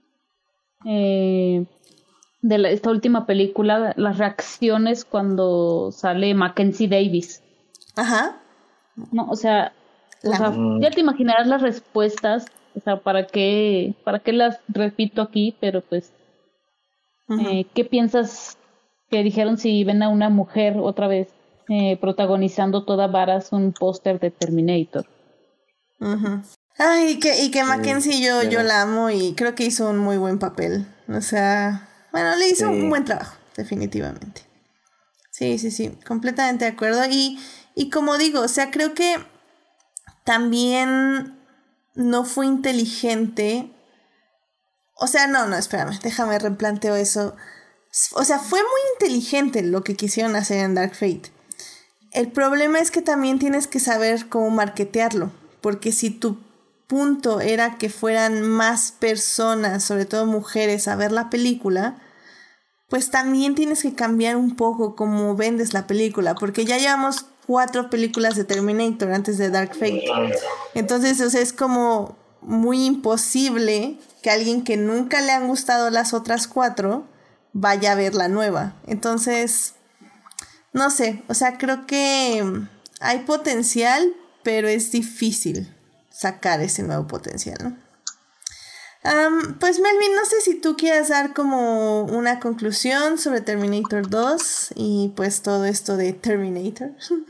de esta última película, las reacciones cuando sale Mackenzie Davis. Ajá. No, o sea, ya te imaginarás las respuestas, o sea, para qué las repito aquí, pero pues ¿Qué piensas que dijeron si ven a una mujer otra vez protagonizando toda varas un póster de Terminator? Ay, y que Mackenzie yo la amo y creo que hizo un muy buen papel. O sea, bueno, le hizo un buen trabajo, definitivamente. Sí, completamente de acuerdo. Y como digo, o sea, creo que también no fue inteligente. O sea, no, espérame, déjame replanteo eso. O sea, fue muy inteligente lo que quisieron hacer en Dark Fate. El problema es que también tienes que saber cómo marketearlo, porque si tu punto era que fueran más personas, sobre todo mujeres, a ver la película, pues también tienes que cambiar un poco cómo vendes la película, porque ya llevamos 4 películas de Terminator antes de Dark Fate. Entonces, o sea, es como muy imposible que alguien que nunca le han gustado las otras 4 vaya a ver la nueva. Entonces, no sé, o sea, creo que hay potencial, pero es difícil sacar ese nuevo potencial, ¿no? Pues Melvin, no sé si tú quieras dar como una conclusión sobre Terminator 2 y pues todo esto de Terminator.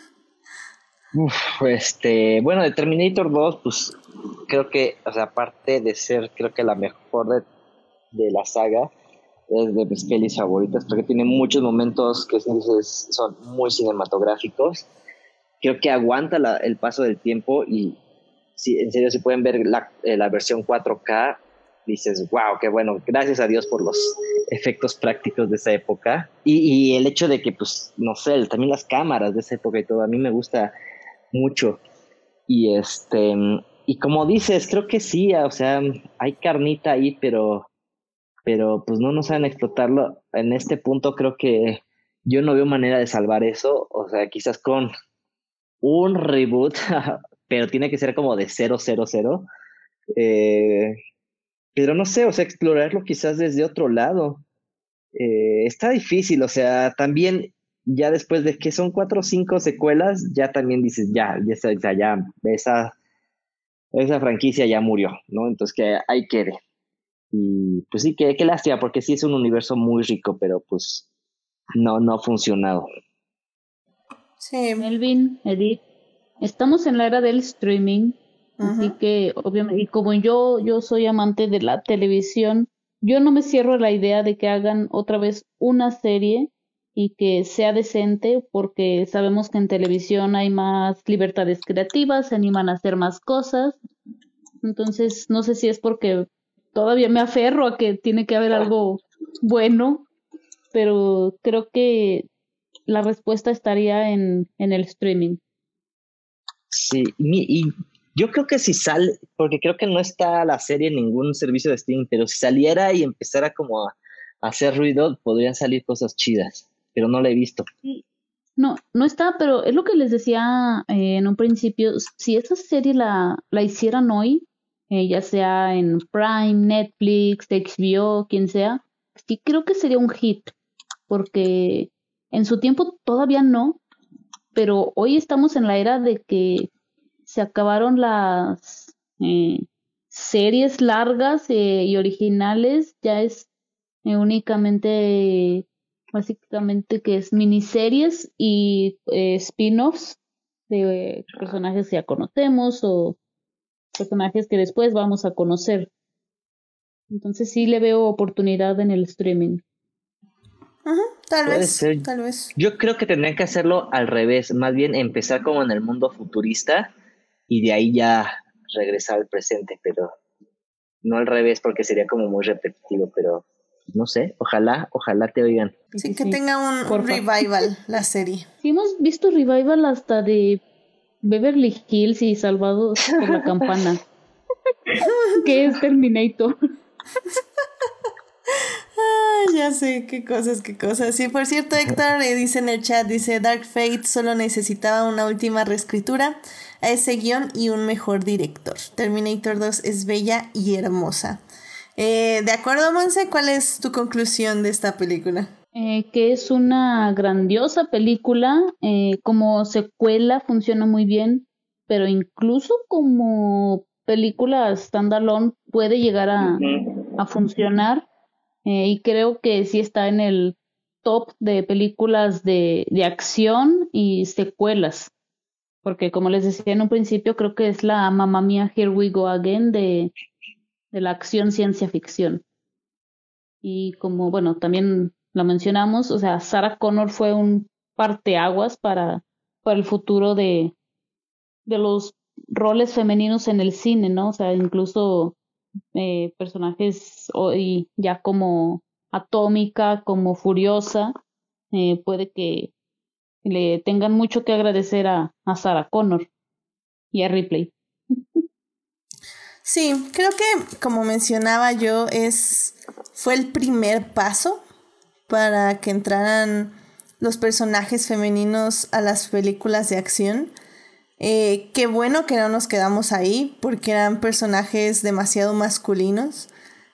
Bueno, de Terminator 2, pues creo que, o sea, aparte de ser, creo que la mejor de la saga, es de mis pelis favoritas, porque tiene muchos momentos que son muy cinematográficos. Creo que aguanta el paso del tiempo y en serio, si pueden ver la versión 4K, dices, wow, qué bueno, gracias a Dios por los efectos prácticos de esa época. Y el hecho de que, pues, no sé, también las cámaras de esa época y todo, a mí me gusta mucho. Y como dices, creo que sí, o sea, hay carnita ahí, pero pues no saben explotarlo. En este punto creo que yo no veo manera de salvar eso, o sea, quizás con un reboot, pero tiene que ser como de 000. Pero no sé, o sea, explorarlo quizás desde otro lado. Está difícil, o sea, también ya después de que son 4 o 5 secuelas, ya también dices, ya esa franquicia ya murió, ¿no? Entonces que ahí quede. Y pues sí, qué lástima, porque sí es un universo muy rico, pero pues no ha funcionado. Sí. Melvin, Edith, estamos en la era del streaming, así que obviamente, y como yo soy amante de la televisión, yo no me cierro a la idea de que hagan otra vez una serie y que sea decente, porque sabemos que en televisión hay más libertades creativas, se animan a hacer más cosas. Entonces, no sé si es porque todavía me aferro a que tiene que haber algo bueno, pero creo que la respuesta estaría en el streaming. Sí, y yo creo que si sale, porque creo que no está la serie en ningún servicio de streaming, pero si saliera y empezara como a hacer ruido, podrían salir cosas chidas, pero no la he visto. No está, pero es lo que les decía en un principio. Si esa serie la hicieran hoy, ya sea en Prime, Netflix, HBO, quien sea, sí creo que sería un hit, porque en su tiempo todavía no, pero hoy estamos en la era de que se acabaron las series largas y originales, ya es únicamente, básicamente que es miniseries y spin-offs de personajes que ya conocemos o personajes que después vamos a conocer. Entonces sí le veo oportunidad en el streaming. Tal Puede vez, ser. tal vez. Yo creo que tendrían que hacerlo al revés, más bien empezar como en el mundo futurista y de ahí ya regresar al presente, pero no al revés porque sería como muy repetitivo, pero no sé, ojalá te oigan. Sí, que tenga un revival la serie. Sí, hemos visto revival hasta de Beverly Hills y Salvados por la Campana, que es Terminator. Ya sé, qué cosas. Sí, por cierto, Héctor dice en el chat, dice Dark Fate solo necesitaba una última reescritura a ese guión y un mejor director. Terminator 2 es bella y hermosa. ¿De acuerdo, Monse? ¿Cuál es tu conclusión de esta película? Que es una grandiosa película, como secuela funciona muy bien, pero incluso como película standalone puede llegar a funcionar. y creo que sí está en el top de películas de acción y secuelas, porque como les decía en un principio, creo que es la Mamma Mía, Here We Go Again de la acción ciencia ficción. Y como, bueno, también lo mencionamos, o sea, Sarah Connor fue un parteaguas para el futuro de los roles femeninos en el cine, ¿no? O sea, incluso personajes hoy ya como Atómica, como Furiosa, puede que le tengan mucho que agradecer a Sarah Connor y a Ripley. Sí, creo que como mencionaba yo, fue el primer paso para que entraran los personajes femeninos a las películas de acción. Qué bueno que no nos quedamos ahí, porque eran personajes demasiado masculinos.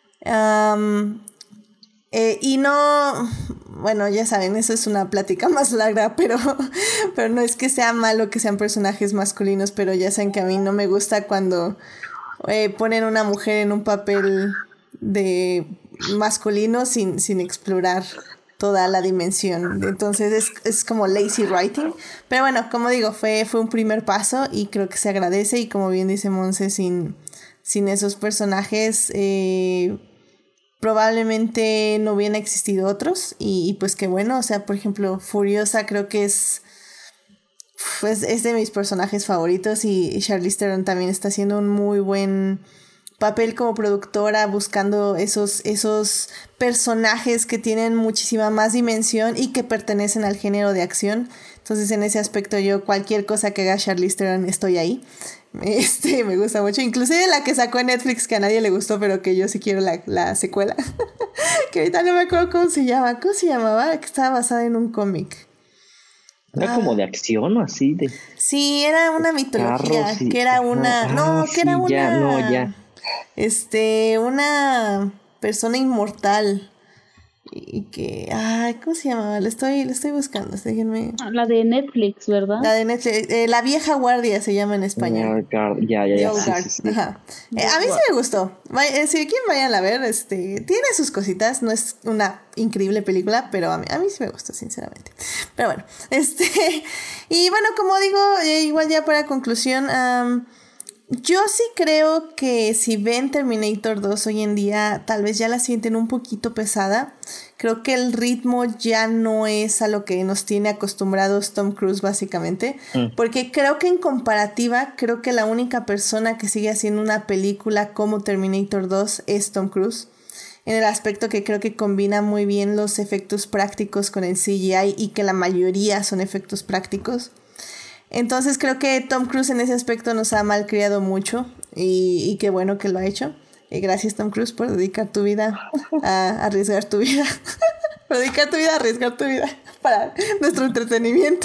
Y no, bueno, ya saben, eso es una plática más larga, pero no es que sea malo que sean personajes masculinos, pero ya saben que a mí no me gusta cuando ponen una mujer en un papel de masculino sin explorar toda la dimensión. Entonces es como lazy writing. Pero bueno, como digo, fue un primer paso y creo que se agradece. Y como bien dice Monse, sin esos personajes probablemente no hubieran existido otros. Y pues qué bueno, o sea, por ejemplo, Furiosa creo que es de mis personajes favoritos y Charlize Theron también está haciendo un muy buen papel como productora, buscando esos personajes que tienen muchísima más dimensión y que pertenecen al género de acción. Entonces en ese aspecto yo cualquier cosa que haga Charlize Theron estoy ahí. Me gusta mucho, inclusive la que sacó en Netflix que a nadie le gustó, pero que yo sí quiero la secuela. Que ahorita no me acuerdo cómo se llamaba, que estaba basada en un cómic. Era como de acción o así de... Sí, era una mitología, carros, que era una... una persona inmortal. Y que... Ay, ¿cómo se llamaba? Lo estoy buscando, déjenme... La de Netflix, ¿verdad? La de Netflix, La vieja guardia se llama en español. Ya. Sí. Ajá. A mí sí me gustó. Si quieren vayan a ver, tiene sus cositas, no es una increíble película, pero a mí sí me gustó, sinceramente. Pero bueno, y bueno, como digo, igual ya para conclusión, yo sí creo que si ven Terminator 2 hoy en día, tal vez ya la sienten un poquito pesada. Creo que el ritmo ya no es a lo que nos tiene acostumbrados Tom Cruise, básicamente. Porque creo que en comparativa, creo que la única persona que sigue haciendo una película como Terminator 2 es Tom Cruise. En el aspecto que creo que combina muy bien los efectos prácticos con el CGI y que la mayoría son efectos prácticos. Entonces creo que Tom Cruise en ese aspecto nos ha malcriado mucho y qué bueno que lo ha hecho. Gracias Tom Cruise por dedicar tu vida a arriesgar tu vida. Por dedicar tu vida a arriesgar tu vida para nuestro entretenimiento.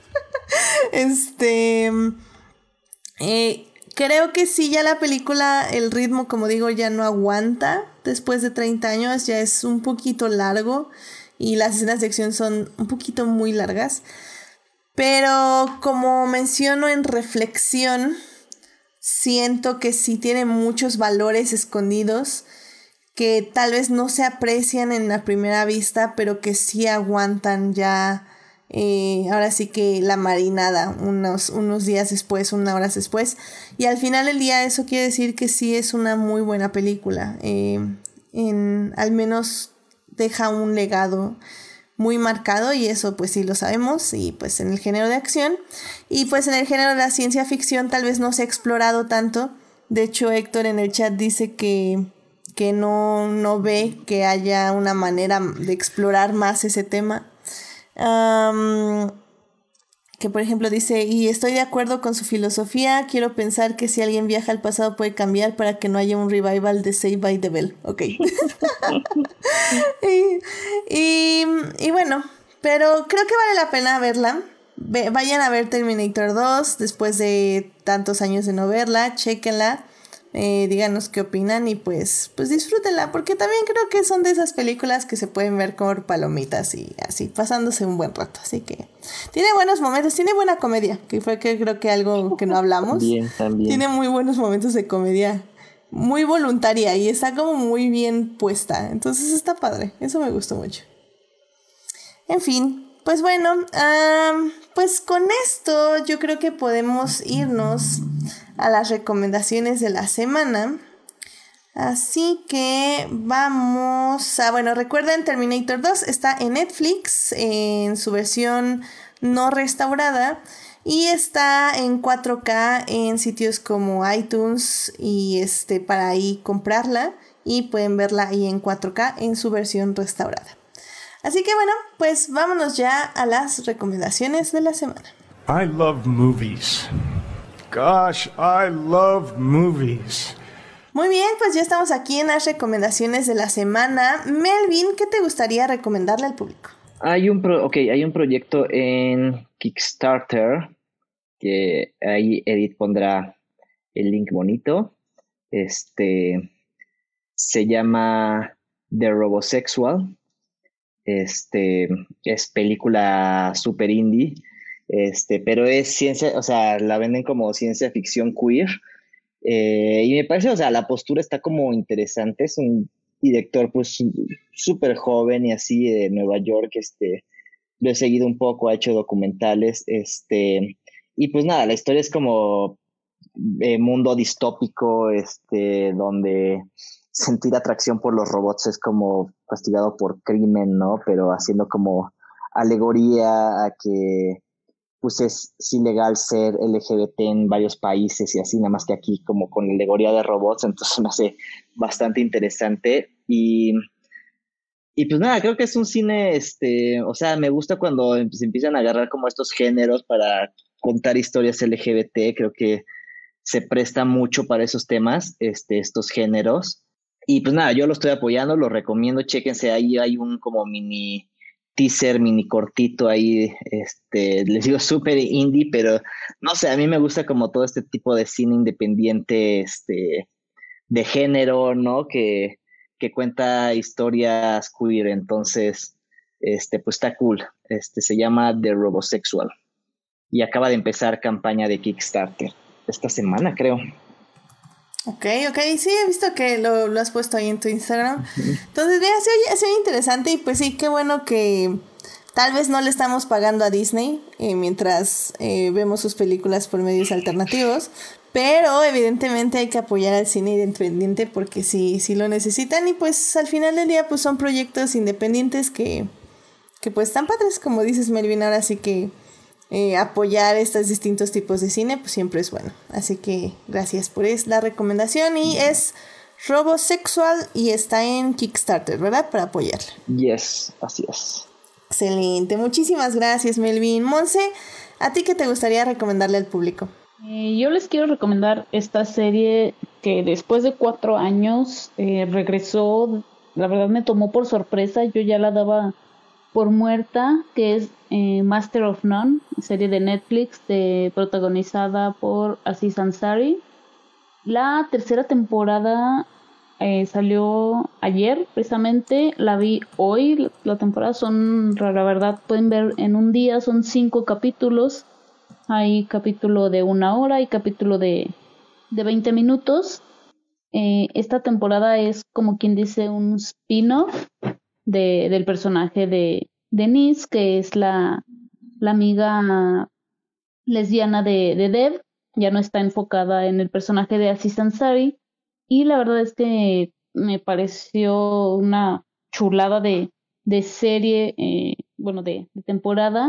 Creo que sí, ya la película, el ritmo, como digo, ya no aguanta. Después de 30 años ya es un poquito largo y las escenas de acción son un poquito muy largas. Pero como menciono en reflexión, siento que sí tiene muchos valores escondidos que tal vez no se aprecian en la primera vista, pero que sí aguantan ya, ahora sí que la marinada unos días después, unas horas después. Y al final del día eso quiere decir que sí es una muy buena película. Al menos deja un legado muy marcado y eso pues sí lo sabemos, y pues en el género de acción y pues en el género de la ciencia ficción tal vez no se ha explorado tanto. De hecho Héctor en el chat dice que no ve que haya una manera de explorar más ese tema. Que por ejemplo dice, y estoy de acuerdo con su filosofía, quiero pensar que si alguien viaja al pasado puede cambiar para que no haya un revival de Saved by the Bell. Ok. y bueno, pero creo que vale la pena verla. Vayan a ver Terminator 2 después de tantos años de no verla, chéquenla. Díganos qué opinan y pues disfrútenla, porque también creo que son de esas películas que se pueden ver con palomitas y así, pasándose un buen rato. Así que tiene buenos momentos, tiene buena comedia, que fue creo que algo que no hablamos. También. Tiene muy buenos momentos de comedia muy voluntaria y está como muy bien puesta. Entonces está padre, eso me gustó mucho. En fin, pues bueno, pues con esto yo creo que podemos irnos a las recomendaciones de la semana. Así que vamos a... Bueno, recuerden, Terminator 2 está en Netflix en su versión no restaurada y está en 4K en sitios como iTunes y para ahí comprarla y pueden verla ahí en 4K en su versión restaurada. Así que bueno, pues vámonos ya a las recomendaciones de la semana. I love movies. Gosh, I love movies. Muy bien, pues ya estamos aquí en las recomendaciones de la semana. Melvin, ¿qué te gustaría recomendarle al público? Hay un proyecto en Kickstarter que ahí Edith pondrá el link bonito. Se llama The Robosexual. Es película super indie, pero es ciencia, o sea, la venden como ciencia ficción queer. Y me parece, o sea, la postura está como interesante. Es un director pues súper joven y así de Nueva York. Lo he seguido un poco, ha hecho documentales. Y pues nada, la historia es como mundo distópico, donde sentir atracción por los robots es como castigado por crimen, ¿no? Pero haciendo como alegoría a que pues es ilegal ser LGBT en varios países y así, nada más que aquí como con la alegoría de robots. Entonces me hace bastante interesante y pues nada, creo que es un cine, o sea, me gusta cuando se empiezan a agarrar como estos géneros para contar historias LGBT. Creo que se presta mucho para esos temas, estos géneros. Y pues nada, yo lo estoy apoyando, lo recomiendo, chéquense, ahí hay un como mini teaser, mini cortito ahí, les digo súper indie, pero no sé, a mí me gusta como todo este tipo de cine independiente, de género, ¿no? Que cuenta historias queer. Entonces, pues está cool. Se llama The Robosexual y acaba de empezar campaña de Kickstarter esta semana, creo. Ok, sí, he visto que lo has puesto ahí en tu Instagram. Entonces, mira, se oye interesante y pues sí, qué bueno que tal vez no le estamos pagando a Disney mientras vemos sus películas por medios alternativos, pero evidentemente hay que apoyar al cine independiente porque sí lo necesitan y pues al final del día pues son proyectos independientes que pues están padres, como dices Melvin. Ahora sí que apoyar estos distintos tipos de cine pues siempre es bueno, así que gracias por la recomendación. Y es Robosexual y está en Kickstarter, ¿verdad? Para apoyarla. Yes, así es. Excelente, muchísimas gracias Melvin. Monse, ¿a ti qué te gustaría recomendarle al público? Yo les quiero recomendar esta serie que después de 4 años regresó. La verdad me tomó por sorpresa, yo ya la daba por muerta, que es Master of None, serie de Netflix protagonizada por Aziz Ansari. La 3ª temporada salió ayer, precisamente, la vi hoy. La temporada la verdad, pueden ver en un día, son 5 capítulos. Hay capítulo de 1 hora y capítulo de 20 minutos. Esta temporada es como quien dice un spin-off del personaje de Denise, que es la amiga lesbiana de Dev. Ya no está enfocada en el personaje de Aziz Ansari. Y la verdad es que me pareció una chulada de serie, de temporada.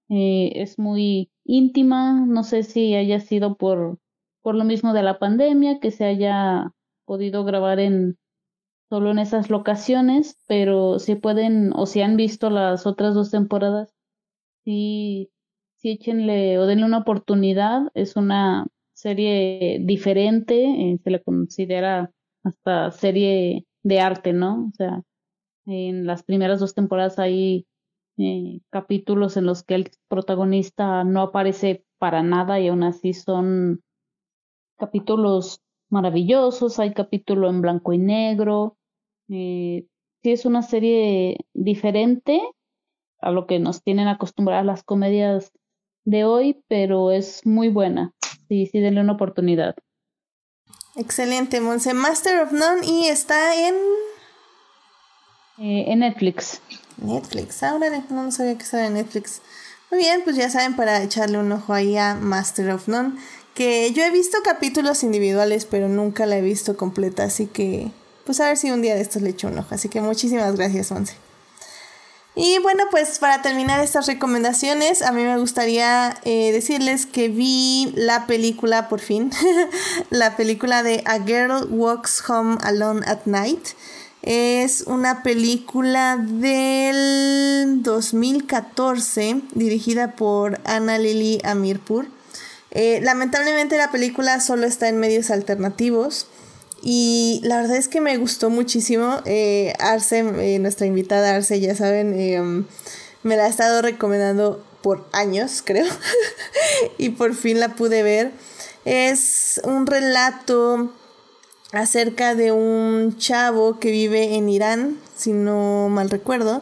Es muy íntima, no sé si haya sido por lo mismo de la pandemia, que se haya podido grabar solo en esas locaciones, pero si pueden o si han visto las otras 2 temporadas, sí échenle o denle una oportunidad. Es una serie diferente, se le considera hasta serie de arte, ¿no? O sea, en las primeras 2 temporadas hay capítulos en los que el protagonista no aparece para nada y aún así son capítulos maravillosos. Hay capítulo en blanco y negro. Sí es una serie diferente a lo que nos tienen acostumbradas las comedias de hoy, pero es muy buena. Sí, denle una oportunidad. Excelente, Monse. Master of None, y está en Netflix. Netflix, ahora no sabía que estaba en Netflix. Muy bien, pues ya saben, para echarle un ojo ahí a Master of None, que yo he visto capítulos individuales, pero nunca la he visto completa, así que pues a ver si un día de estos le echo un ojo. Así que muchísimas gracias, Monse. Y bueno, pues para terminar estas recomendaciones, a mí me gustaría decirles que vi la película, por fin, la película de A Girl Walks Home Alone at Night. Es una película del 2014 dirigida por Anna Lily Amirpour. Lamentablemente la película solo está en medios alternativos. Y la verdad es que me gustó muchísimo. Arce, nuestra invitada Arce, ya saben, me la ha estado recomendando por años, creo. Y por fin la pude ver. Es un relato acerca de un chavo que vive en Irán, si no mal recuerdo.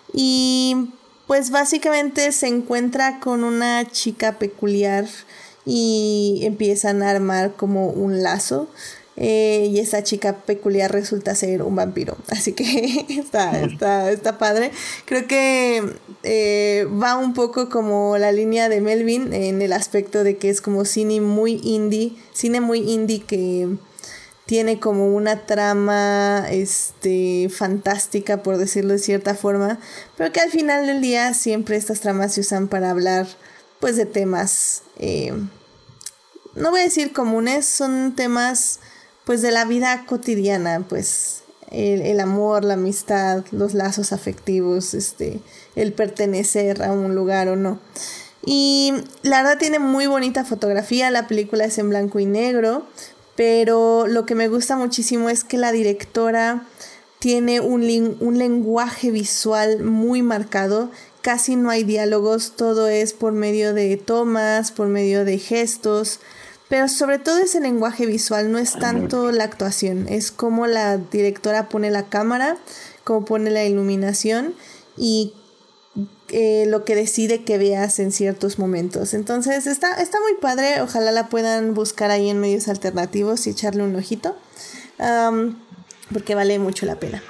Y pues básicamente se encuentra con una chica peculiar y empiezan a armar como un lazo. Y esa chica peculiar resulta ser un vampiro. Así que está padre. Creo que va un poco como la línea de Melvin en el aspecto de que es como cine muy indie que tiene como una trama fantástica, por decirlo de cierta forma, pero que al final del día siempre estas tramas se usan para hablar pues de temas, no voy a decir comunes, son temas pues de la vida cotidiana, pues el amor, la amistad, los lazos afectivos, el pertenecer a un lugar o no. Y la verdad tiene muy bonita fotografía, la película es en blanco y negro, pero lo que me gusta muchísimo es que la directora tiene un lenguaje visual muy marcado, casi no hay diálogos, todo es por medio de tomas, por medio de gestos. Pero sobre todo ese lenguaje visual, no es tanto la actuación, es como la directora pone la cámara, cómo pone la iluminación y lo que decide que veas en ciertos momentos. Entonces está muy padre, ojalá la puedan buscar ahí en medios alternativos y echarle un ojito, porque vale mucho la pena.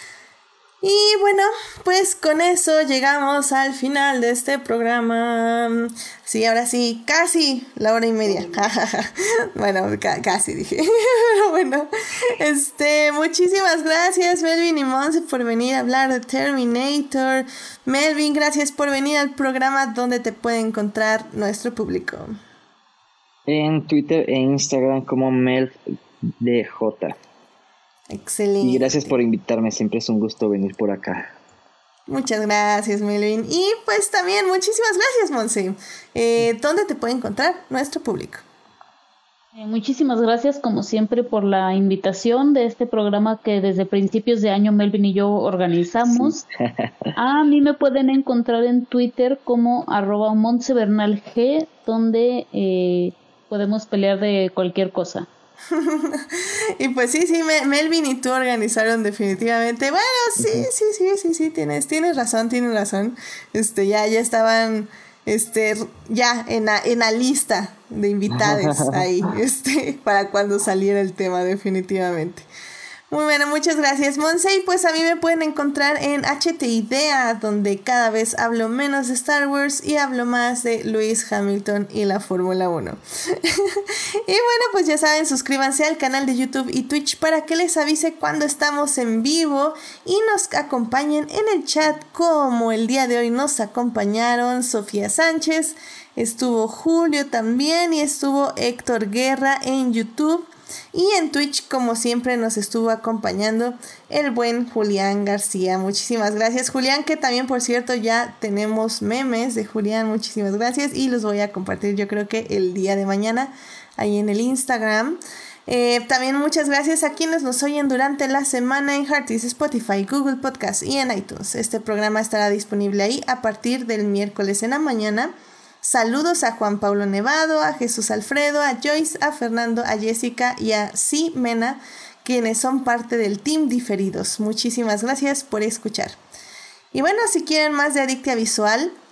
Y bueno, pues con eso llegamos al final de este programa. Sí, ahora sí, casi la hora y media. Bueno, casi dije. Pero bueno, muchísimas gracias Melvin y Monse por venir a hablar de Terminator. Melvin, gracias por venir al programa. ¿Dónde te puede encontrar nuestro público? En Twitter e Instagram como MelvDJ. Excelente. Y gracias por invitarme, siempre es un gusto venir por acá. Muchas gracias, Melvin. Y pues también muchísimas gracias, Monse. ¿Dónde te puede encontrar nuestro público? Muchísimas gracias, como siempre, por la invitación de este programa que desde principios de año Melvin y yo organizamos. Sí. A mí me pueden encontrar en Twitter como @MontseBernalG, donde podemos pelear de cualquier cosa. Y pues sí, Melvin y tú organizaron definitivamente. Bueno, sí, tienes razón. Ya estaban ya en la lista de invitados ahí, para cuando saliera el tema, definitivamente. Muy bueno, muchas gracias, Monse. Y pues a mí me pueden encontrar en HT Idea, donde cada vez hablo menos de Star Wars y hablo más de Lewis Hamilton y la Fórmula 1. Y bueno, pues ya saben, suscríbanse al canal de YouTube y Twitch para que les avise cuando estamos en vivo y nos acompañen en el chat, como el día de hoy nos acompañaron Sofía Sánchez, estuvo Julio también y estuvo Héctor Guerra en YouTube. Y en Twitch, como siempre, nos estuvo acompañando el buen Julián García. Muchísimas gracias, Julián, que también, por cierto, ya tenemos memes de Julián. Muchísimas gracias y los voy a compartir, yo creo que el día de mañana ahí en el Instagram. También muchas gracias a quienes nos oyen durante la semana en Heartis, Spotify, Google Podcast y en iTunes. Este programa estará disponible ahí a partir del miércoles en la mañana. Saludos a Juan Pablo Nevado, a Jesús Alfredo, a Joyce, a Fernando, a Jessica y a Mena, quienes son parte del Team Diferidos. Muchísimas gracias por escuchar. Y bueno, si quieren más de Adictia Visual,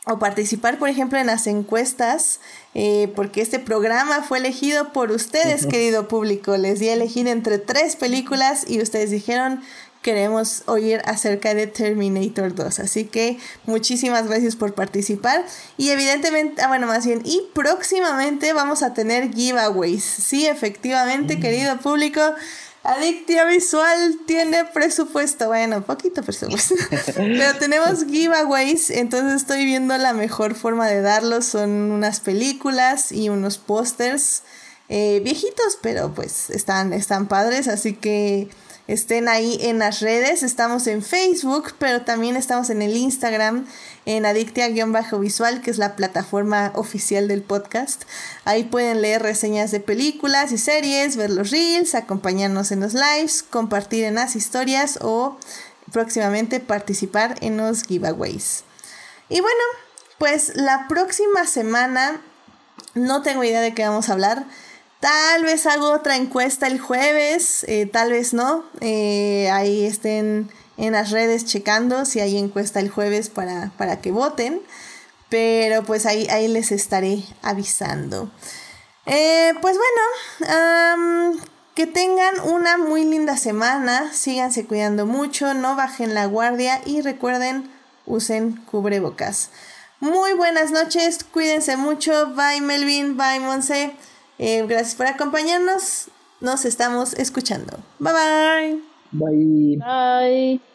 o participar, por ejemplo, en las encuestas, porque este programa fue elegido por ustedes, querido público. Les di a elegir entre 3 películas y ustedes dijeron: queremos oír acerca de Terminator 2. Así que muchísimas gracias por participar. Y evidentemente, y próximamente vamos a tener giveaways. Sí, efectivamente, querido público, Adictia Visual tiene presupuesto. Bueno, poquito presupuesto. Pero tenemos giveaways, entonces estoy viendo la mejor forma de darlos. Son unas películas y unos pósters viejitos, pero pues están padres, así que estén ahí en las redes. Estamos en Facebook, pero también estamos en el Instagram, en Adictia-Visual, que es la plataforma oficial del podcast. Ahí pueden leer reseñas de películas y series, ver los reels, acompañarnos en los lives, compartir en las historias o próximamente participar en los giveaways. Y bueno, pues la próxima semana no tengo idea de qué vamos a hablar. Tal vez hago otra encuesta el jueves, tal vez no. Ahí estén en las redes checando si hay encuesta el jueves para que voten. Pero pues ahí les estaré avisando. Pues bueno, que tengan una muy linda semana. Síganse cuidando mucho, no bajen la guardia y recuerden, usen cubrebocas. Muy buenas noches, cuídense mucho. Bye Melvin, bye Monse. Gracias por acompañarnos. Nos estamos escuchando. Bye bye. Bye. Bye.